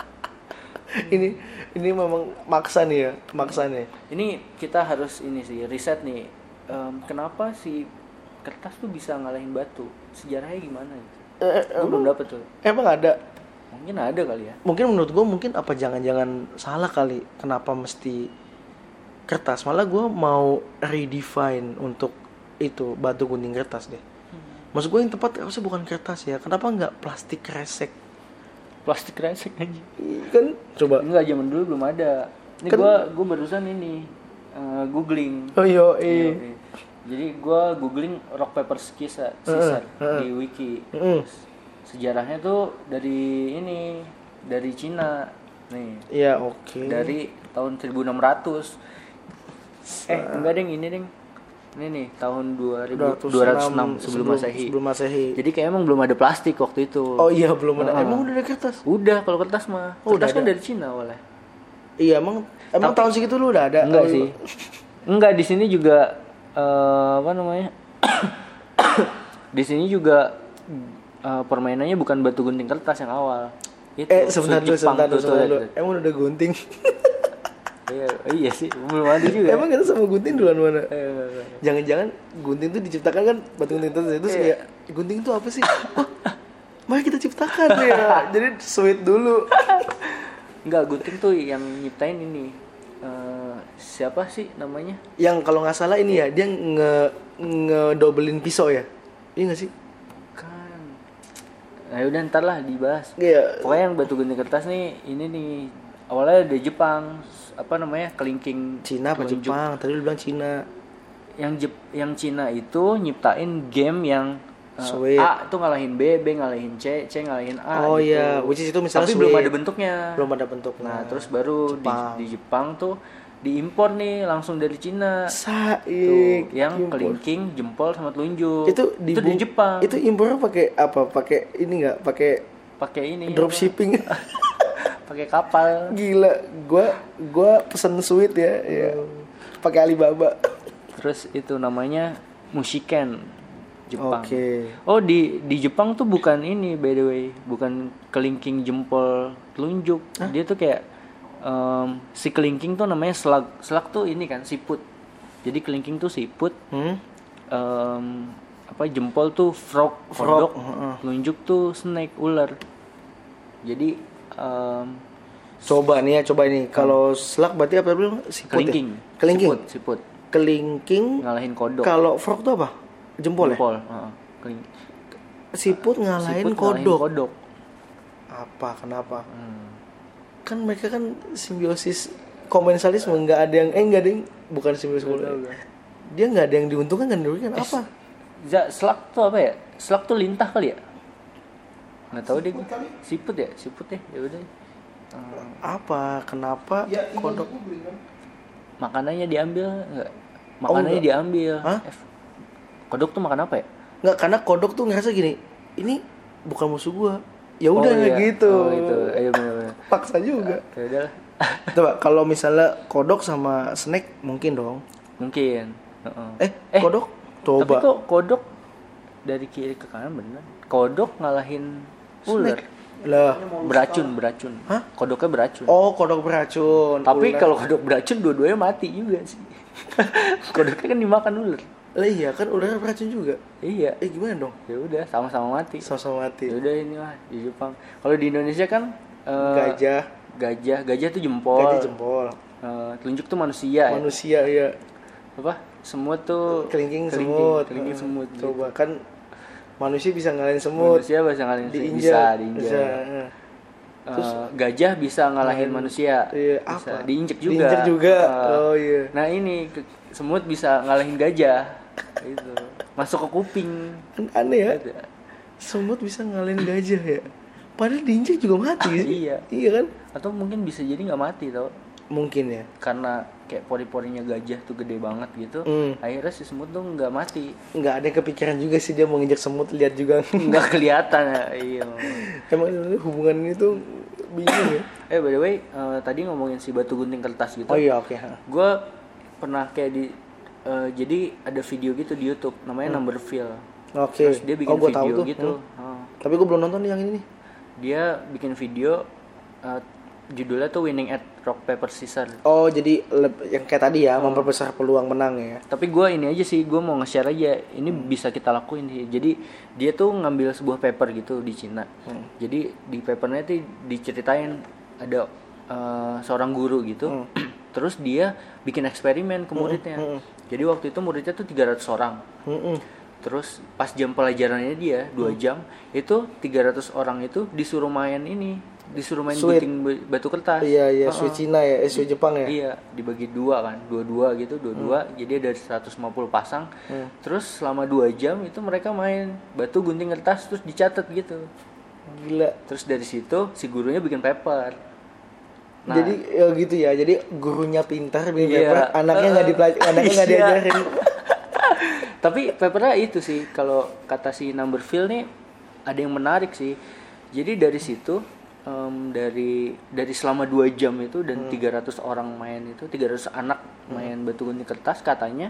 Speaker 2: ini ini memang maksa nih ya, maksa nih.
Speaker 3: Ini kita harus ini sih riset nih. Em, kenapa si kertas tuh bisa ngalahin batu? Sejarahnya gimana?
Speaker 2: Eh,
Speaker 3: Gue belum dapet tuh.
Speaker 2: Emang ada?
Speaker 3: Mungkin ada kali ya.
Speaker 2: Mungkin menurut gue mungkin apa jangan-jangan salah kali. Kenapa mesti kertas? Malah gue mau redefine untuk itu batu gunting kertas deh. Maksud gue yang tepat harusnya bukan kertas ya. Kenapa nggak plastik kresek?
Speaker 3: Plastik resek aja.
Speaker 2: Kan coba.
Speaker 3: Enggak, zaman dulu belum ada. Ini
Speaker 2: Kan-
Speaker 3: gue gue barusan ini eh, googling.
Speaker 2: Oh yo,
Speaker 3: Iya,
Speaker 2: eh.
Speaker 3: iya. Jadi gue googling rock paper scissors scissor
Speaker 2: uh.
Speaker 3: di wiki.
Speaker 2: Mm.
Speaker 3: Sejarahnya tuh dari ini dari Cina nih.
Speaker 2: Iya, oke.
Speaker 3: Dari tahun seribu enam ratus. Eh, enggak deng, ini deng. Ini nih tahun dua ribu dua ratus enam sebelum Masehi.
Speaker 2: Sebelum Masehi.
Speaker 3: Jadi kayak emang belum ada plastik waktu itu.
Speaker 2: Oh iya, belum ada.
Speaker 3: Uh-uh.
Speaker 2: Emang udah ada kertas?
Speaker 3: Udah, kalau kertas mah.
Speaker 2: Oh,
Speaker 3: Kertas
Speaker 2: udah
Speaker 3: kan
Speaker 2: ada.
Speaker 3: dari Cina awalnya.
Speaker 2: Iya, emang emang
Speaker 3: Tapi-
Speaker 2: tahun segitu lu udah ada?
Speaker 3: Enggak
Speaker 2: Oh,
Speaker 3: sih. Enggak, di sini juga eh, apa namanya? Di sini juga eh, permainannya bukan batu gunting kertas yang awal. Itu,
Speaker 2: Eh, sebentar dulu,
Speaker 3: Jepang
Speaker 2: sebentar dulu,
Speaker 3: tuh,
Speaker 2: sebentar
Speaker 3: tuh,
Speaker 2: dulu.
Speaker 3: tuh.
Speaker 2: Emang udah gunting?
Speaker 3: Iya, iya sih, belum ada juga.
Speaker 2: Emang kita sama gunting duluan mana?
Speaker 3: Eh, enggak, enggak.
Speaker 2: Jangan-jangan gunting tuh diciptakan kan batu gunting kertas itu
Speaker 3: Iya.
Speaker 2: kayak gunting itu apa sih? Oh, mari kita ciptakan ya. Jadi sweet dulu.
Speaker 3: Enggak, gunting tuh yang nyiptain ini. Eh, siapa sih namanya?
Speaker 2: Yang kalau nggak salah ini ya dia nge ngedobelin pisau ya. Iya nggak sih?
Speaker 3: Kan. Nah, udah ntar lah dibahas.
Speaker 2: Iya.
Speaker 3: Pokoknya yang batu gunting kertas nih, ini nih awalnya dari Jepang, apa namanya, kelingking
Speaker 2: Cina apa
Speaker 3: telunjuk.
Speaker 2: Jepang? Tadi lu bilang Cina.
Speaker 3: Yang Jep, yang Cina itu nyiptain game yang uh,
Speaker 2: Sweet.
Speaker 3: A tuh ngalahin B, B ngalahin C, C ngalahin A.
Speaker 2: Oh
Speaker 3: gitu.
Speaker 2: iya, which is itu misalnya
Speaker 3: Tapi belum
Speaker 2: sweet.
Speaker 3: ada bentuknya.
Speaker 2: Belum ada bentuknya.
Speaker 3: Nah, terus baru
Speaker 2: Jepang.
Speaker 3: di, di Jepang tuh diimpor nih langsung dari Cina.
Speaker 2: Saik.
Speaker 3: Tuh, yang
Speaker 2: Impor.
Speaker 3: kelingking, jempol sama telunjuk.
Speaker 2: Itu di,
Speaker 3: itu di Jepang.
Speaker 2: Itu impornya pakai apa? Pakai ini nggak? Pakai
Speaker 3: pakai ini.
Speaker 2: dropshipping.
Speaker 3: Pakai kapal.
Speaker 2: Gila, gua gua pesen sweet ya, ya. Pakai Alibaba.
Speaker 3: Terus itu namanya Mushiken Jepang.
Speaker 2: Oke.
Speaker 3: Oh, di di Jepang tuh bukan ini by the way, bukan kelingking jempol telunjuk. Dia tuh kayak em, si kelingking tuh namanya slug. Slug tuh ini kan siput. Jadi kelingking tuh siput.
Speaker 2: Hmm?
Speaker 3: Em, apa jempol tuh frog,
Speaker 2: Frog,
Speaker 3: kodok,
Speaker 2: heeh.
Speaker 3: telunjuk tuh snake, ular. Jadi em,
Speaker 2: Coba nih ya, coba ini. Kalau slug berarti apa belum? Siput
Speaker 3: kelingking,
Speaker 2: ya? Kelingking.
Speaker 3: siput, siput.
Speaker 2: Kelingking.
Speaker 3: Ngalahin kodok.
Speaker 2: Kalau frog tuh apa? Jempol, ya?
Speaker 3: Jempol, heeh. Keling-
Speaker 2: Siput ngalahin
Speaker 3: siput ngalahin
Speaker 2: kodok.
Speaker 3: kodok.
Speaker 2: Apa? Kenapa?
Speaker 3: Hmm.
Speaker 2: Kan mereka kan simbiosis komensalisme, nggak ada yang eh nggak ada yang bukan simbiosis.
Speaker 3: Nggak tahu, nggak.
Speaker 2: Dia nggak ada yang diuntungkan, nggak dirugikan. Apa?
Speaker 3: Ja, slug tuh apa ya? Slug tuh lintah kali ya? Nggak tahu deh. Gua. Siput ya, siput ya. Ya udah. Hmm,
Speaker 2: Apa? Kenapa
Speaker 4: Ya, ini
Speaker 2: kodok?
Speaker 4: aku beli kan.
Speaker 3: makanannya diambil enggak? Makanannya
Speaker 2: enggak.
Speaker 3: diambil.
Speaker 2: Hah?
Speaker 3: F. Kodok tuh makan apa ya?
Speaker 2: Nggak, karena kodok tuh ngerasa gini, ini bukan musuh gua. Ya udah
Speaker 3: Oh, iya.
Speaker 2: gitu.
Speaker 3: Oh, gitu. Ayo benar-benar.
Speaker 2: Paksa juga.
Speaker 3: Ya udah lah.
Speaker 2: Coba kalau misalnya kodok sama snake mungkin dong.
Speaker 3: Mungkin. Heeh.
Speaker 2: Eh,
Speaker 3: Eh,
Speaker 2: kodok?
Speaker 3: Tapi
Speaker 2: Coba.
Speaker 3: kok kodok dari kiri ke kanan bener? Kodok ngalahin ular.
Speaker 2: Snake. Lah.
Speaker 3: Beracun, beracun.
Speaker 2: Hah?
Speaker 3: Kodoknya beracun.
Speaker 2: Oh, kodok beracun.
Speaker 3: Tapi
Speaker 2: Ular.
Speaker 3: kalau kodok beracun dua-duanya mati juga sih. Kodoknya kan dimakan ular.
Speaker 2: Lah iya kan ular beracun juga.
Speaker 3: Iya.
Speaker 2: Eh gimana dong?
Speaker 3: Ya udah sama-sama mati.
Speaker 2: Sama-sama mati.
Speaker 3: Ya udah inilah di Jepang. Kalau di Indonesia kan eh,
Speaker 2: Gajah,
Speaker 3: gajah, gajah tuh jempol.
Speaker 2: gajah jempol.
Speaker 3: Eh, telunjuk tuh manusia. Ya.
Speaker 2: Manusia ya.
Speaker 3: Apa? Semut tuh
Speaker 2: Kelingking semut.
Speaker 3: Kelingking semut. gitu.
Speaker 2: Coba kan Manusia bisa ngalahin semut.
Speaker 3: Manusia bisa ngalahin
Speaker 2: diinjak.
Speaker 3: Bisa diinjak.
Speaker 2: Bisa.
Speaker 3: Uh,
Speaker 2: Terus
Speaker 3: gajah bisa ngalahin
Speaker 2: ngalahin,
Speaker 3: manusia.
Speaker 2: Iya,
Speaker 3: Bisa
Speaker 2: apa?
Speaker 3: diinjek juga.
Speaker 2: Diinjek juga.
Speaker 3: Uh,
Speaker 2: Oh iya.
Speaker 3: Nah ini ke- semut bisa ngalahin gajah. Itu masuk ke kuping.
Speaker 2: Kan aneh ya.
Speaker 3: Gitu.
Speaker 2: Semut bisa ngalahin gajah ya. Padahal diinjek juga mati.
Speaker 3: Iya.
Speaker 2: Iya kan?
Speaker 3: Atau mungkin bisa jadi nggak mati tau.
Speaker 2: Mungkin ya.
Speaker 3: Karena kayak pori-porinya gajah tuh gede banget gitu.
Speaker 2: Hmm.
Speaker 3: Akhirnya si semut tuh nggak mati.
Speaker 2: Nggak ada yang kepikiran juga sih dia mau nginjek semut, lihat juga.
Speaker 3: Nggak kelihatan ya. Iya.
Speaker 2: Emang hubungan ini tuh bingung ya.
Speaker 3: Eh by the way, uh, tadi ngomongin si batu gunting kertas gitu.
Speaker 2: Oh iya oke.
Speaker 3: Gue pernah kayak di uh, jadi ada video gitu di YouTube namanya Numberville.
Speaker 2: Oke.
Speaker 3: Terus dia bikin
Speaker 2: Oh, gua tahu
Speaker 3: video
Speaker 2: tuh.
Speaker 3: gitu.
Speaker 2: Hmm.
Speaker 3: Uh,
Speaker 2: Tapi gue belum nonton nih yang ini nih.
Speaker 3: dia bikin video uh, judulnya tuh Winning at Rock Paper Scissors.
Speaker 2: Oh jadi leb- yang kayak tadi ya, memperbesar peluang menang ya.
Speaker 3: Tapi gue ini aja sih, gue mau nge-share aja. Ini bisa kita lakuin sih. Jadi dia tuh ngambil sebuah paper gitu di Cina. Hmm. Jadi di papernya tuh diceritain ada uh, seorang guru gitu. Hmm. Terus dia bikin eksperimen ke muridnya. Hmm. Hmm. Jadi waktu itu muridnya tuh tiga ratus orang. Hmm. Terus pas jam pelajarannya dia dua jam, itu tiga ratus orang itu disuruh main ini, disuruh main
Speaker 2: Sweet.
Speaker 3: gunting batu kertas.
Speaker 2: Iya iya,
Speaker 3: Uh-uh.
Speaker 2: Sweet Cina ya, eh, Sweet Jepang ya.
Speaker 3: Iya, dibagi dua kan, dua-dua gitu, dua-dua. Hmm. Jadi ada seratus lima puluh pasang. Hmm. Terus selama dua jam itu mereka main batu gunting kertas terus dicatat gitu.
Speaker 2: Gila.
Speaker 3: Terus dari situ si gurunya bikin paper. Nah,
Speaker 2: jadi ya gitu ya, jadi gurunya pintar bikin
Speaker 3: iya,
Speaker 2: paper, anaknya nggak
Speaker 3: uh,
Speaker 2: dipelaj- anaknya nggak
Speaker 3: iya.
Speaker 2: diajarin.
Speaker 3: Tapi papernya itu sih, kalau kata si Numberville nih ada yang menarik sih. Jadi dari situ um, dari dari selama dua jam itu dan hmm. tiga ratus orang main itu, tiga ratus anak main hmm. batu gunting kertas, katanya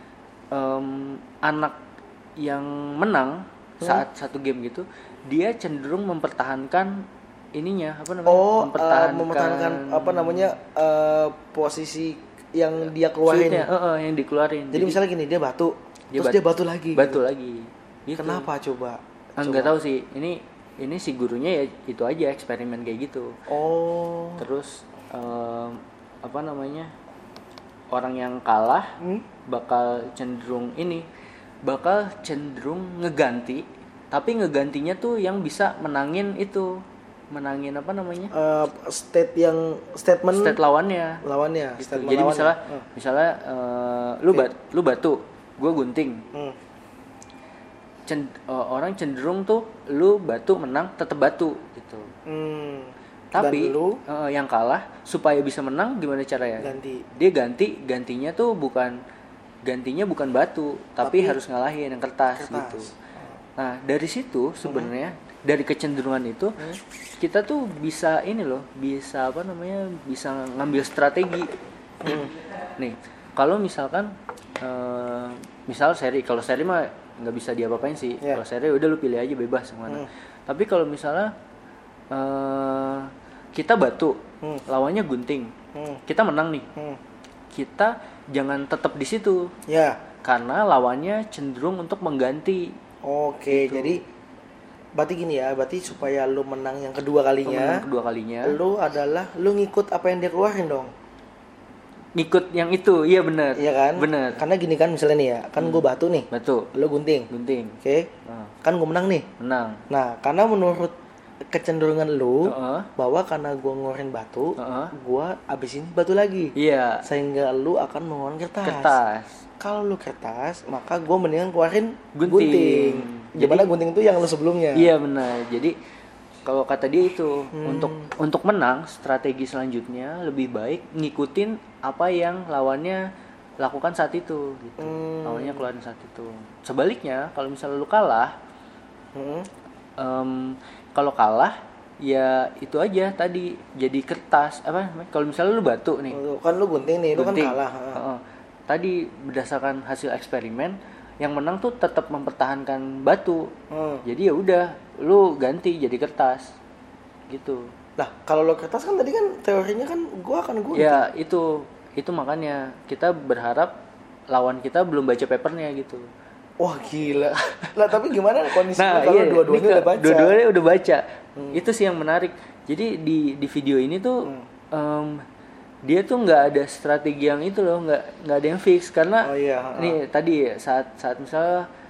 Speaker 3: um, anak yang menang hmm. saat satu game gitu, dia cenderung mempertahankan ininya apa namanya?
Speaker 2: Oh,
Speaker 3: mempertahankan,
Speaker 2: uh, mempertahankan apa namanya uh, posisi yang dia keluarin.
Speaker 3: Uh, uh, yang dikeluarin.
Speaker 2: Jadi, Jadi misalnya gini, dia batu, dia terus batu, dia batu lagi.
Speaker 3: Batu
Speaker 2: gitu.
Speaker 3: lagi. Gitu.
Speaker 2: Kenapa coba?
Speaker 3: Enggak tahu sih. Ini ini si gurunya ya itu aja eksperimen kayak gitu.
Speaker 2: Oh.
Speaker 3: Terus um, apa namanya? Orang yang kalah hmm? bakal cenderung ini bakal cenderung ngeganti, tapi ngegantinya tuh yang bisa menangin itu. Menangin apa namanya?
Speaker 2: Uh, state yang statement
Speaker 3: state lawannya.
Speaker 2: Lawannya.
Speaker 3: Gitu. Jadi lawannya. misalnya hmm. misalnya uh, lu bat, lu batu, gue gunting. Hmm. Cend, uh, orang cenderung tuh lu batu menang tetap batu gitu. Hmm. Tapi lu, uh, yang kalah supaya bisa menang gimana caranya?
Speaker 2: Ganti.
Speaker 3: Dia ganti, gantinya tuh bukan gantinya bukan batu, tapi, tapi harus ngalahin yang kertas, kertas. gitu. Nah, dari situ sebenarnya hmm. dari kecenderungan itu hmm. kita tuh bisa ini loh, bisa apa namanya? Bisa ngambil strategi. Hmm. Nih, kalau misalkan uh, misal seri, kalau seri mah nggak bisa diapa-apain sih. Yeah. Kalau seri udah lu pilih aja bebas yang mana. Hmm. Tapi kalau misalnya uh, kita batu, hmm. lawannya gunting, hmm. kita menang nih. Hmm. Kita jangan tetap di situ. Ya. Yeah. Karena lawannya cenderung untuk mengganti.
Speaker 2: Oke, gitu. Jadi berarti gini ya, berarti supaya lu menang yang kedua kalinya,
Speaker 3: menang kedua kalinya,
Speaker 2: lu adalah lu ngikut apa yang dia keluarin dong.
Speaker 3: Ngikut yang itu, iya benar.
Speaker 2: Iya kan?
Speaker 3: Benar.
Speaker 2: Karena gini kan misalnya nih ya, kan hmm. gue batu nih.
Speaker 3: Batu.
Speaker 2: Lu gunting.
Speaker 3: Gunting.
Speaker 2: Oke. Okay? Uh. Kan gue menang nih.
Speaker 3: Menang.
Speaker 2: Nah, karena menurut kecenderungan lu
Speaker 3: uh-uh.
Speaker 2: bahwa karena gue ngeluarin batu, uh-uh. gue abis ini batu lagi.
Speaker 3: Iya.
Speaker 2: Sehingga lu akan mengeluarkan kertas.
Speaker 3: Kertas.
Speaker 2: Kalau lu kertas, maka gue mendingan keluarin
Speaker 3: gunting.
Speaker 2: gunting. Gimana gunting itu yang lu sebelumnya?
Speaker 3: Iya benar. Jadi kalau kata dia itu hmm. untuk untuk menang strategi selanjutnya lebih baik ngikutin apa yang lawannya lakukan saat itu gitu. Hmm. Lawannya keluarin saat itu. Sebaliknya kalau misalnya lu kalah, hmm. um, kalau kalah ya itu aja tadi jadi kertas apa? Kalau misalnya lu batu nih,
Speaker 2: kan lu gunting nih,
Speaker 3: gunting.
Speaker 2: Lu kan kalah.
Speaker 3: Uh-uh. Tadi berdasarkan hasil eksperimen yang menang tuh tetap mempertahankan batu. Hmm. Jadi ya udah, lu ganti jadi kertas. Gitu.
Speaker 2: Lah, kalau lo kertas kan tadi kan teorinya kan gua akan gunting.
Speaker 3: Ya, itu itu makanya kita berharap lawan kita belum baca papernya gitu.
Speaker 2: Wah, gila. Lah, tapi gimana kondisi
Speaker 3: nah,
Speaker 2: kalau
Speaker 3: iya,
Speaker 2: dua-duanya udah baca?
Speaker 3: Dua-duanya udah baca. Hmm. Itu sih yang menarik. Jadi di di video ini tuh hmm. um, dia tuh nggak ada strategi yang itu loh, nggak nggak ada yang fix karena
Speaker 2: oh, iya.
Speaker 3: nih tadi saat saat misalnya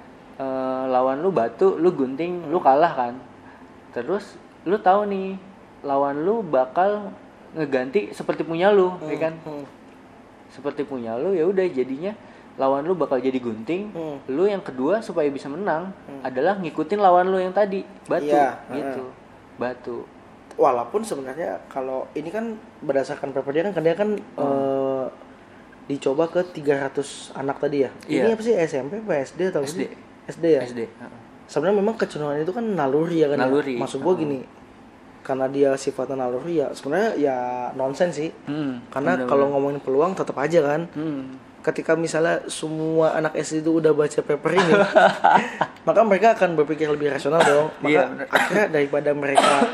Speaker 3: uh, lawan lu batu, lu gunting, lu kalah kan. Terus lu tahu nih lawan lu bakal ngeganti seperti punya lu, hmm. ya kan? Hmm. Seperti punya lu, ya udah jadinya lawan lu bakal jadi gunting. Hmm. Lu yang kedua supaya bisa menang hmm. adalah ngikutin lawan lu yang tadi, batu, iya, gitu. Hmm. Batu.
Speaker 2: Walaupun sebenarnya kalau ini kan berdasarkan paper dia kan dia kan hmm. uh, dicoba ke tiga ratus anak tadi ya.
Speaker 3: Iya.
Speaker 2: Ini apa sih S M P, P S D atau
Speaker 3: S D?
Speaker 2: S D ya.
Speaker 3: S D. Uh-uh.
Speaker 2: Sebenarnya memang kecenderungan itu kan naluri ya kan.
Speaker 3: Naluri.
Speaker 2: Ya? Maksud gua uh-uh. gini. Karena dia sifatnya naluri ya sebenarnya ya nonsens sih. Hmm, karena kalau ngomongin peluang tetap aja kan. Hmm. Ketika misalnya semua anak S D itu udah baca paper ini, maka mereka akan berpikir lebih rasional dong. Maka yeah. akhirnya daripada mereka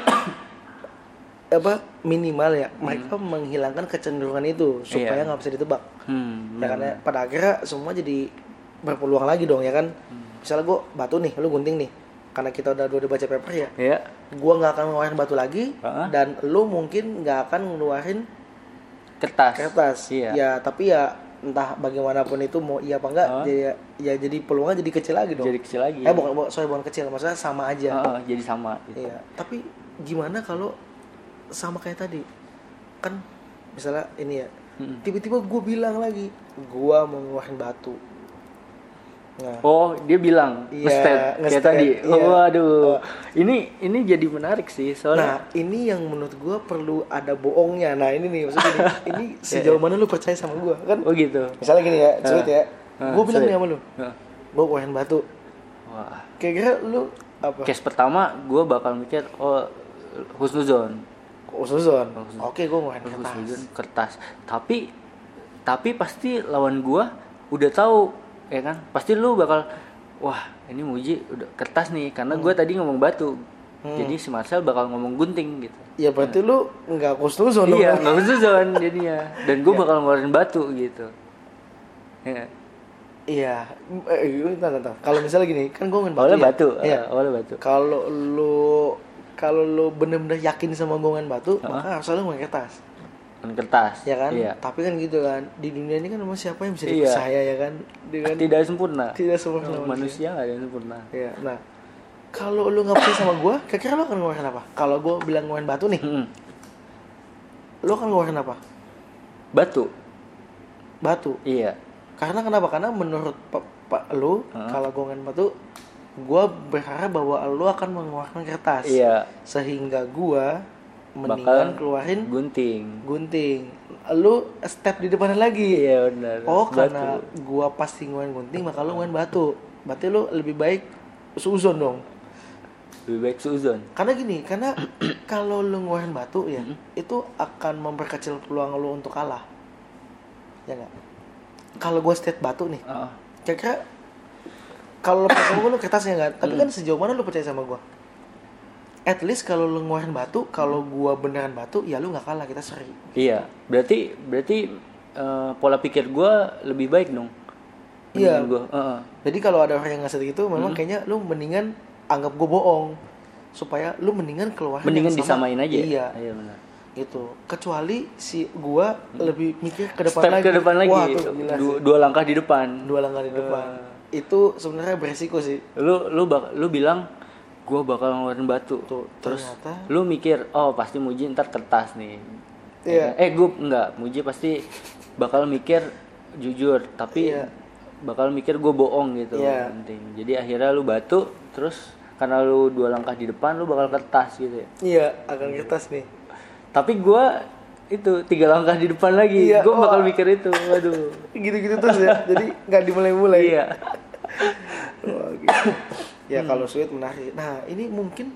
Speaker 2: apa minimal ya mereka hmm. menghilangkan kecenderungan itu supaya nggak yeah. bisa ditebak. Hmm, ya karena pada akhirnya semua jadi berpeluang lagi dong ya kan. Hmm. Misalnya gue batu nih, lu gunting nih. Karena kita udah udah baca paper ya.
Speaker 3: Yeah.
Speaker 2: Gua nggak akan ngeluarin batu lagi uh-huh. dan lu mungkin nggak akan ngeluarin
Speaker 3: kertas.
Speaker 2: Kertas.
Speaker 3: Yeah.
Speaker 2: Ya tapi ya entah bagaimanapun itu mau iya apa enggak uh-huh. jadi ya jadi peluangnya jadi kecil lagi dong.
Speaker 3: Jadi kecil lagi.
Speaker 2: Eh bukan sorry bukan kecil, maksudnya sama aja.
Speaker 3: Uh-huh. Jadi sama. Gitu.
Speaker 2: Iya. Tapi gimana kalau sama kayak tadi kan misalnya ini ya hmm. tiba-tiba gue bilang lagi gue mau ngeluarin batu. Nah.
Speaker 3: Oh dia bilang
Speaker 2: iya,
Speaker 3: nge-state kayak tadi. Iya. Oh, waduh. Uh, ini ini jadi menarik sih soalnya.
Speaker 2: Nah ini yang menurut gue perlu ada bohongnya. Nah ini nih maksudnya gini, ini sejauh mana lu percaya sama gue kan?
Speaker 3: Oh gitu.
Speaker 2: Misalnya gini ya, cerita uh, ya. Uh, gue bilang nih sama lu, uh. gue ngeluarin batu.
Speaker 3: Wah.
Speaker 2: Kira-kira lu apa?
Speaker 3: Case pertama gue bakal mikir oh husnuzon.
Speaker 2: Husnuzon. Oke, gue ngeluarin kertas.
Speaker 3: Husnuzon kertas. Tapi tapi pasti lawan gue udah tahu ya kan, pasti lu bakal wah ini Muji udah kertas nih karena hmm. gue tadi ngomong batu. Hmm. Jadi si Marcel bakal ngomong gunting gitu.
Speaker 2: Ya berarti nah. lu nggak husnuzon.
Speaker 3: Iya nggak husnuzon jadinya. Dan gue bakal ngeluarin batu gitu. Ya.
Speaker 2: Iya, eh, entah, entah. Kalau misalnya gini, kan gue ngomongin batu.
Speaker 3: Awalnya
Speaker 2: ya?
Speaker 3: batu.
Speaker 2: Iya.
Speaker 3: Uh, awalnya batu.
Speaker 2: Kalau lu kalau lu bener-bener yakin sama gue ngomongin batu,
Speaker 3: uh-huh.
Speaker 2: maka harusnya lu ngomongin kertas.
Speaker 3: Kertas.
Speaker 2: Ya kan?
Speaker 3: Iya.
Speaker 2: Tapi kan gitu kan, di dunia ini kan memang siapa yang bisa dipercaya iya. ya kan? Dengan
Speaker 3: tidak sempurna.
Speaker 2: Tidak sempurna.
Speaker 3: Oh, manusia nggak ada yang sempurna.
Speaker 2: Iya. Nah, kalau lu nggak percaya sama gue, kira-kira lu akan ngeluarin apa? Kalau gue bilang ngomongin batu nih, hmm. lu akan ngeluarin apa?
Speaker 3: Batu.
Speaker 2: Batu.
Speaker 3: Iya.
Speaker 2: Karena kenapa? Karena menurut pak pa, lu, uh-huh. kalau gue ngomongin batu, gue berharap bahwa lu akan mengeluarkan kertas.
Speaker 3: Iya.
Speaker 2: Sehingga gue mendingan keluarin
Speaker 3: gunting.
Speaker 2: Gunting. Lu step di depannya lagi.
Speaker 3: Iya benar.
Speaker 2: Oh, batu. Karena gue pasti ngomongin gunting, maka lu ngomongin batu. Berarti lu lebih baik suzon dong.
Speaker 3: Lebih baik suzon.
Speaker 2: Karena gini, karena kalau lu ngomongin batu ya, mm-hmm. itu akan memperkecil peluang lu untuk kalah. Ya enggak? Kalau gue state batu nih, uh. kira-kira kalau lu percaya sama gue lu kertasnya nggak? Tapi mm. kan sejauh mana lu percaya sama gue? At least kalau lu ngeluarin batu, kalau gue beneran batu, ya lu nggak kalah, kita seri.
Speaker 3: Iya, berarti berarti uh, pola pikir gue lebih baik dong.
Speaker 2: Iya.
Speaker 3: Uh-uh.
Speaker 2: Jadi kalau ada orang yang ngasih gitu, memang mm. kayaknya lu mendingan anggap gue bohong, supaya lu mendingan keluarin.
Speaker 3: Mendingan
Speaker 2: yang sama.
Speaker 3: disamain aja.
Speaker 2: Iya.
Speaker 3: Iya benar.
Speaker 2: Gitu. Kecuali si gua hmm. lebih mikir ke depan
Speaker 3: Step
Speaker 2: lagi.
Speaker 3: ke depan lagi.
Speaker 2: Wah, tuh,
Speaker 3: dua, dua langkah di depan.
Speaker 2: Dua langkah di depan. Uh. Itu sebenarnya beresiko sih.
Speaker 3: Lu lu bak, lu bilang gua bakal ngeluarin batu. Tuh, terus ternyata lu mikir, oh pasti Muji ntar kertas nih.
Speaker 2: Iya.
Speaker 3: Eh, gua enggak, Muji pasti bakal mikir jujur, tapi iya. bakal mikir gua bohong gitu.
Speaker 2: Iya.
Speaker 3: Penting. Jadi akhirnya lu batu, terus karena lu dua langkah di depan lu bakal kertas gitu ya.
Speaker 2: Iya, akan kertas nih.
Speaker 3: Tapi gue itu tiga langkah di depan lagi, iya, gue oh. bakal mikir itu, waduh.
Speaker 2: Gitu-gitu terus ya, jadi nggak dimulai-mulai.
Speaker 3: Iya.
Speaker 2: Wah, gitu. Ya hmm. kalau sweet menarik. Nah ini mungkin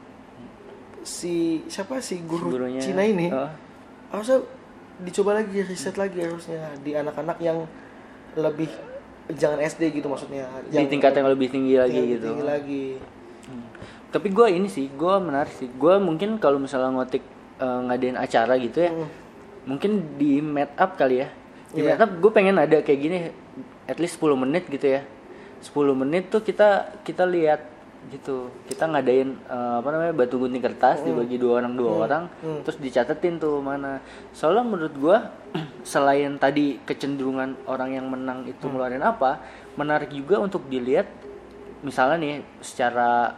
Speaker 2: si siapa si guru Gurunya, Cina ini uh. harusnya dicoba lagi, riset lagi harusnya di anak-anak yang lebih jangan S D gitu maksudnya.
Speaker 3: Di tingkat yang lebih tinggi lagi
Speaker 2: tinggi,
Speaker 3: gitu.
Speaker 2: Tinggi lagi.
Speaker 3: Hmm. Tapi gue ini sih, gue menarik sih. Gue mungkin kalau misalnya ngotik Uh, ngadain acara gitu ya, mm. mungkin di meet up kali ya. Di yeah. meet up gue pengen ada kayak gini, at least sepuluh menit gitu ya. sepuluh menit tuh kita kita lihat gitu. Kita ngadain uh, apa namanya batu gunting kertas, mm. dibagi dua orang dua mm. orang, mm. terus dicatetin tuh mana. Soalnya menurut gue selain tadi kecenderungan orang yang menang itu mm. ngeluarin apa, menarik juga untuk dilihat misalnya nih secara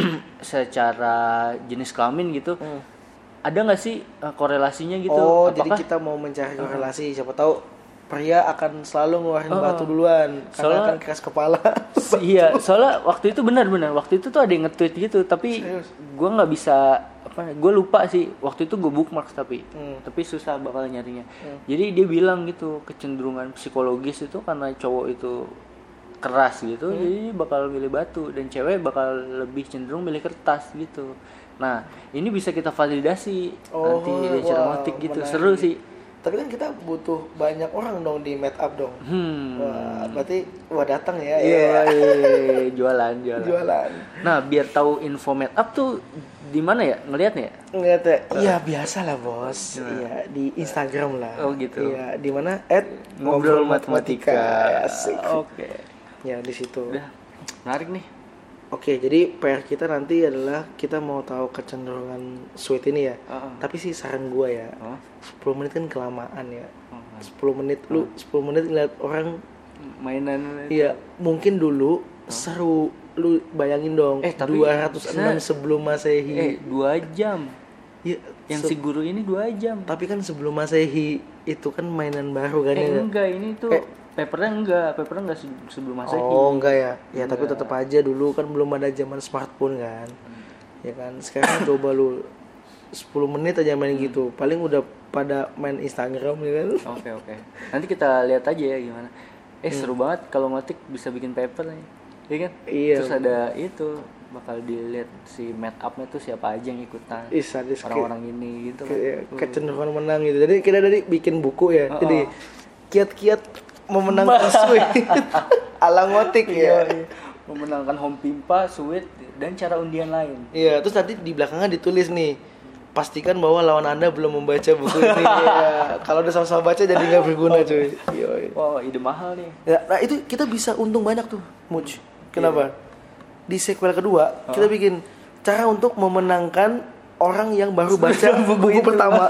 Speaker 3: secara jenis kelamin gitu. Hmm. Ada nggak sih uh, korelasinya gitu?
Speaker 2: Oh,
Speaker 3: apakah...
Speaker 2: jadi kita mau mencari korelasi. Siapa tahu pria akan selalu ngeluarin oh, batu duluan karena soalnya, akan keras kepala.
Speaker 3: Iya, soalnya waktu itu benar-benar waktu itu tuh ada yang nge-tweet gitu, tapi gue nggak bisa apa, gue lupa sih. Waktu itu gue bookmark tapi, hmm. tapi susah bakal nyarinya. Hmm. Jadi dia bilang gitu kecenderungan psikologis itu karena cowok itu keras gitu, hmm. jadi bakal milih batu dan cewek bakal lebih cenderung milih kertas gitu. Nah, ini bisa kita validasi
Speaker 2: oh,
Speaker 3: nanti di cermotik gitu. Menarik. Seru sih.
Speaker 2: Tapi kan kita butuh banyak orang dong di meet up dong.
Speaker 3: Hmm.
Speaker 2: Wah, berarti wah datang ya.
Speaker 3: Iya, yeah, jualan, jualan.
Speaker 2: Jualan.
Speaker 3: Nah, biar tahu info meet up tuh di mana ya? Ngelihatnya ya?
Speaker 2: Ngeliat ya. Iya, biasa lah, Bos. Iya, di Instagram lah.
Speaker 3: Oh, gitu.
Speaker 2: Iya, di mana? at
Speaker 3: ngobrol matematika.
Speaker 2: Asik.
Speaker 3: Oke. Okay.
Speaker 2: Ya, di situ.
Speaker 3: Udah. Menarik nih.
Speaker 2: Oke, jadi P R kita nanti adalah kita mau tahu kecenderungan sweet ini ya. Uh-uh. Tapi sih saran gue ya, uh? sepuluh menit kan kelamaan ya. Uh-huh. sepuluh menit uh. lu sepuluh menit ngeliat orang
Speaker 3: mainan.
Speaker 2: Iya, mungkin dulu uh. seru. Lu bayangin dong, eh, tapi dua ratus enam sebelum Masehi.
Speaker 3: Eh, dua jam.
Speaker 2: Ya,
Speaker 3: yang se- si guru ini dua jam.
Speaker 2: Tapi kan sebelum Masehi itu kan mainan baru kan
Speaker 3: eh,
Speaker 2: ya.
Speaker 3: Enggak, ini tuh eh. papernya enggak, papernya enggak sebelum Masehi.
Speaker 2: Oh, enggak ya. Ya, enggak. Tapi tetap aja dulu kan belum ada zaman smartphone kan. Hmm. Ya kan. Sekarang coba lu sepuluh menit aja main hmm. gitu. Paling udah pada main Instagram ya kan.
Speaker 3: Oke, okay, oke. Okay. Nanti kita lihat aja ya gimana. Eh, hmm. seru banget kalau ngotik bisa bikin paper nih. Iya kan?
Speaker 2: Iya.
Speaker 3: Terus ada itu bakal dilihat si meet up-nya tuh siapa aja yang ikutan.
Speaker 2: Ih, sadis,
Speaker 3: orang-orang ke, ini gitu kan.
Speaker 2: Ke, kecenderungan menang gitu. Jadi kita dari bikin buku ya. Oh, Jadi kiat-kiat memenangkan sweet ala ngotik ya.
Speaker 3: Iya, memenangkan home pimpa, sweet dan cara undian lain.
Speaker 2: Iya, terus nanti di belakangnya ditulis nih, pastikan bahwa lawan Anda belum membaca buku ini. Ya, kalau udah sama-sama baca jadi nggak berguna cuy. Iya.
Speaker 3: Wow, ide mahal nih.
Speaker 2: Ya, nah itu kita bisa untung banyak tuh, Muj. Kenapa? Iya. Di sequel kedua oh. kita bikin cara untuk memenangkan orang yang baru baca buku, buku pertama.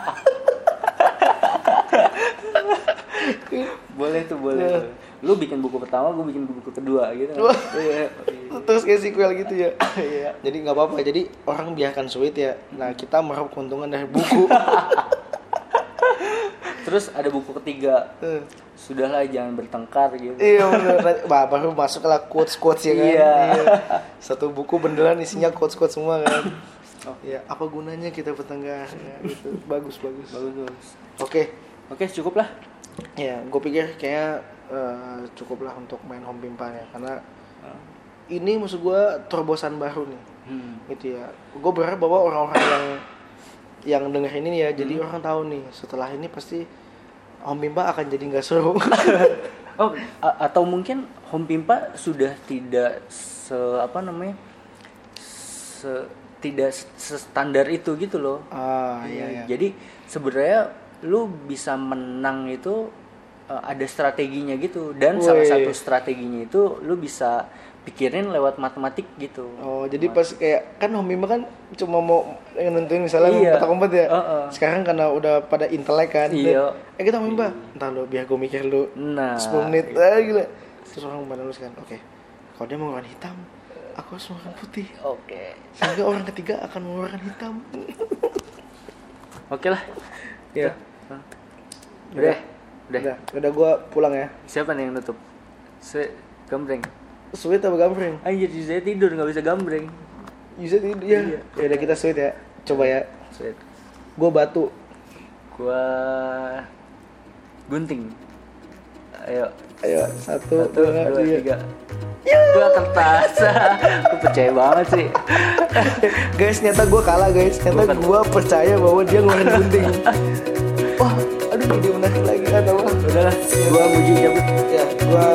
Speaker 3: Boleh tuh, boleh. Yeah. Lu bikin buku pertama, gue bikin buku kedua gitu.
Speaker 2: Iya. Terus kayak sequel gitu ya. Iya. Jadi nggak apa-apa. Jadi orang biarkan sweet ya. Nah, kita meraup keuntungan dari buku.
Speaker 3: Terus ada buku ketiga. Uh. Sudahlah jangan bertengkar gitu.
Speaker 2: Iya benar. Bah, baru masuklah quotes-quotes ya kan.
Speaker 3: Iya.
Speaker 2: Iya. Satu buku beneran isinya quotes-quotes semua kan. Oh. Ya, apa gunanya kita bertengkar ya, gitu. Bagus, bagus.
Speaker 3: Bagus, bagus.
Speaker 2: Oke.
Speaker 3: Oke, cukup lah.
Speaker 2: Ya, gue pikir kayak uh, cukup lah untuk main home pimpa ya, karena uh. ini maksud gue terobosan baru nih, hmm. gitu ya. Gue berharap bahwa orang-orang yang yang denger ini ya, hmm. jadi orang tahu nih setelah ini pasti home pimpa akan jadi nggak seru.
Speaker 3: Oh, a- atau mungkin home pimpa sudah tidak se apa namanya se tidak standar itu gitu loh.
Speaker 2: Ah iya. iya.
Speaker 3: Jadi sebenarnya lu bisa menang itu uh, ada strateginya gitu, dan Woy. salah satu strateginya itu lu bisa pikirin lewat matematik gitu.
Speaker 2: Oh, jadi pas kayak kan home pimpa kan cuma mau nentuin misalnya iya. peta kompet ya. Uh-uh. Sekarang karena udah pada intelek kan.
Speaker 3: Iya.
Speaker 2: Eh kita home pimpa. Entar lu biar gue mikir lu
Speaker 3: nah,
Speaker 2: sepuluh menit. Gitu. Ah gila. Terus orang pada nulis kan. Oke. Okay. Kalau dia mau warna hitam, aku harus warna putih.
Speaker 3: Oke. Okay.
Speaker 2: Sehingga orang ketiga akan mengeluarkan hitam.
Speaker 3: Oke lah.
Speaker 2: Ya.
Speaker 3: Udah. Udah.
Speaker 2: Udah, udah gue pulang ya.
Speaker 3: Siapa nih yang nutup? Se gambreng.
Speaker 2: Sweet apa gambreng?
Speaker 3: Anjir, saya tidur enggak bisa gambreng.
Speaker 2: Bisa tidur ya. Iya. Ya udah kita sweet ya. Coba ya.
Speaker 3: Sweet.
Speaker 2: Gue batu.
Speaker 3: Gua gunting. Ayo.
Speaker 2: Ayo, satu,
Speaker 3: satu dua, dua tiga. Gua kertas. Gue percaya banget sih.
Speaker 2: Guys, ternyata gue kalah guys. Ternyata gue percaya bahwa dia ngeluarin gunting. Wah, aduh dia menarik lagi kan apa?
Speaker 3: Udahlah, gue muji cabut.
Speaker 2: Ya, gue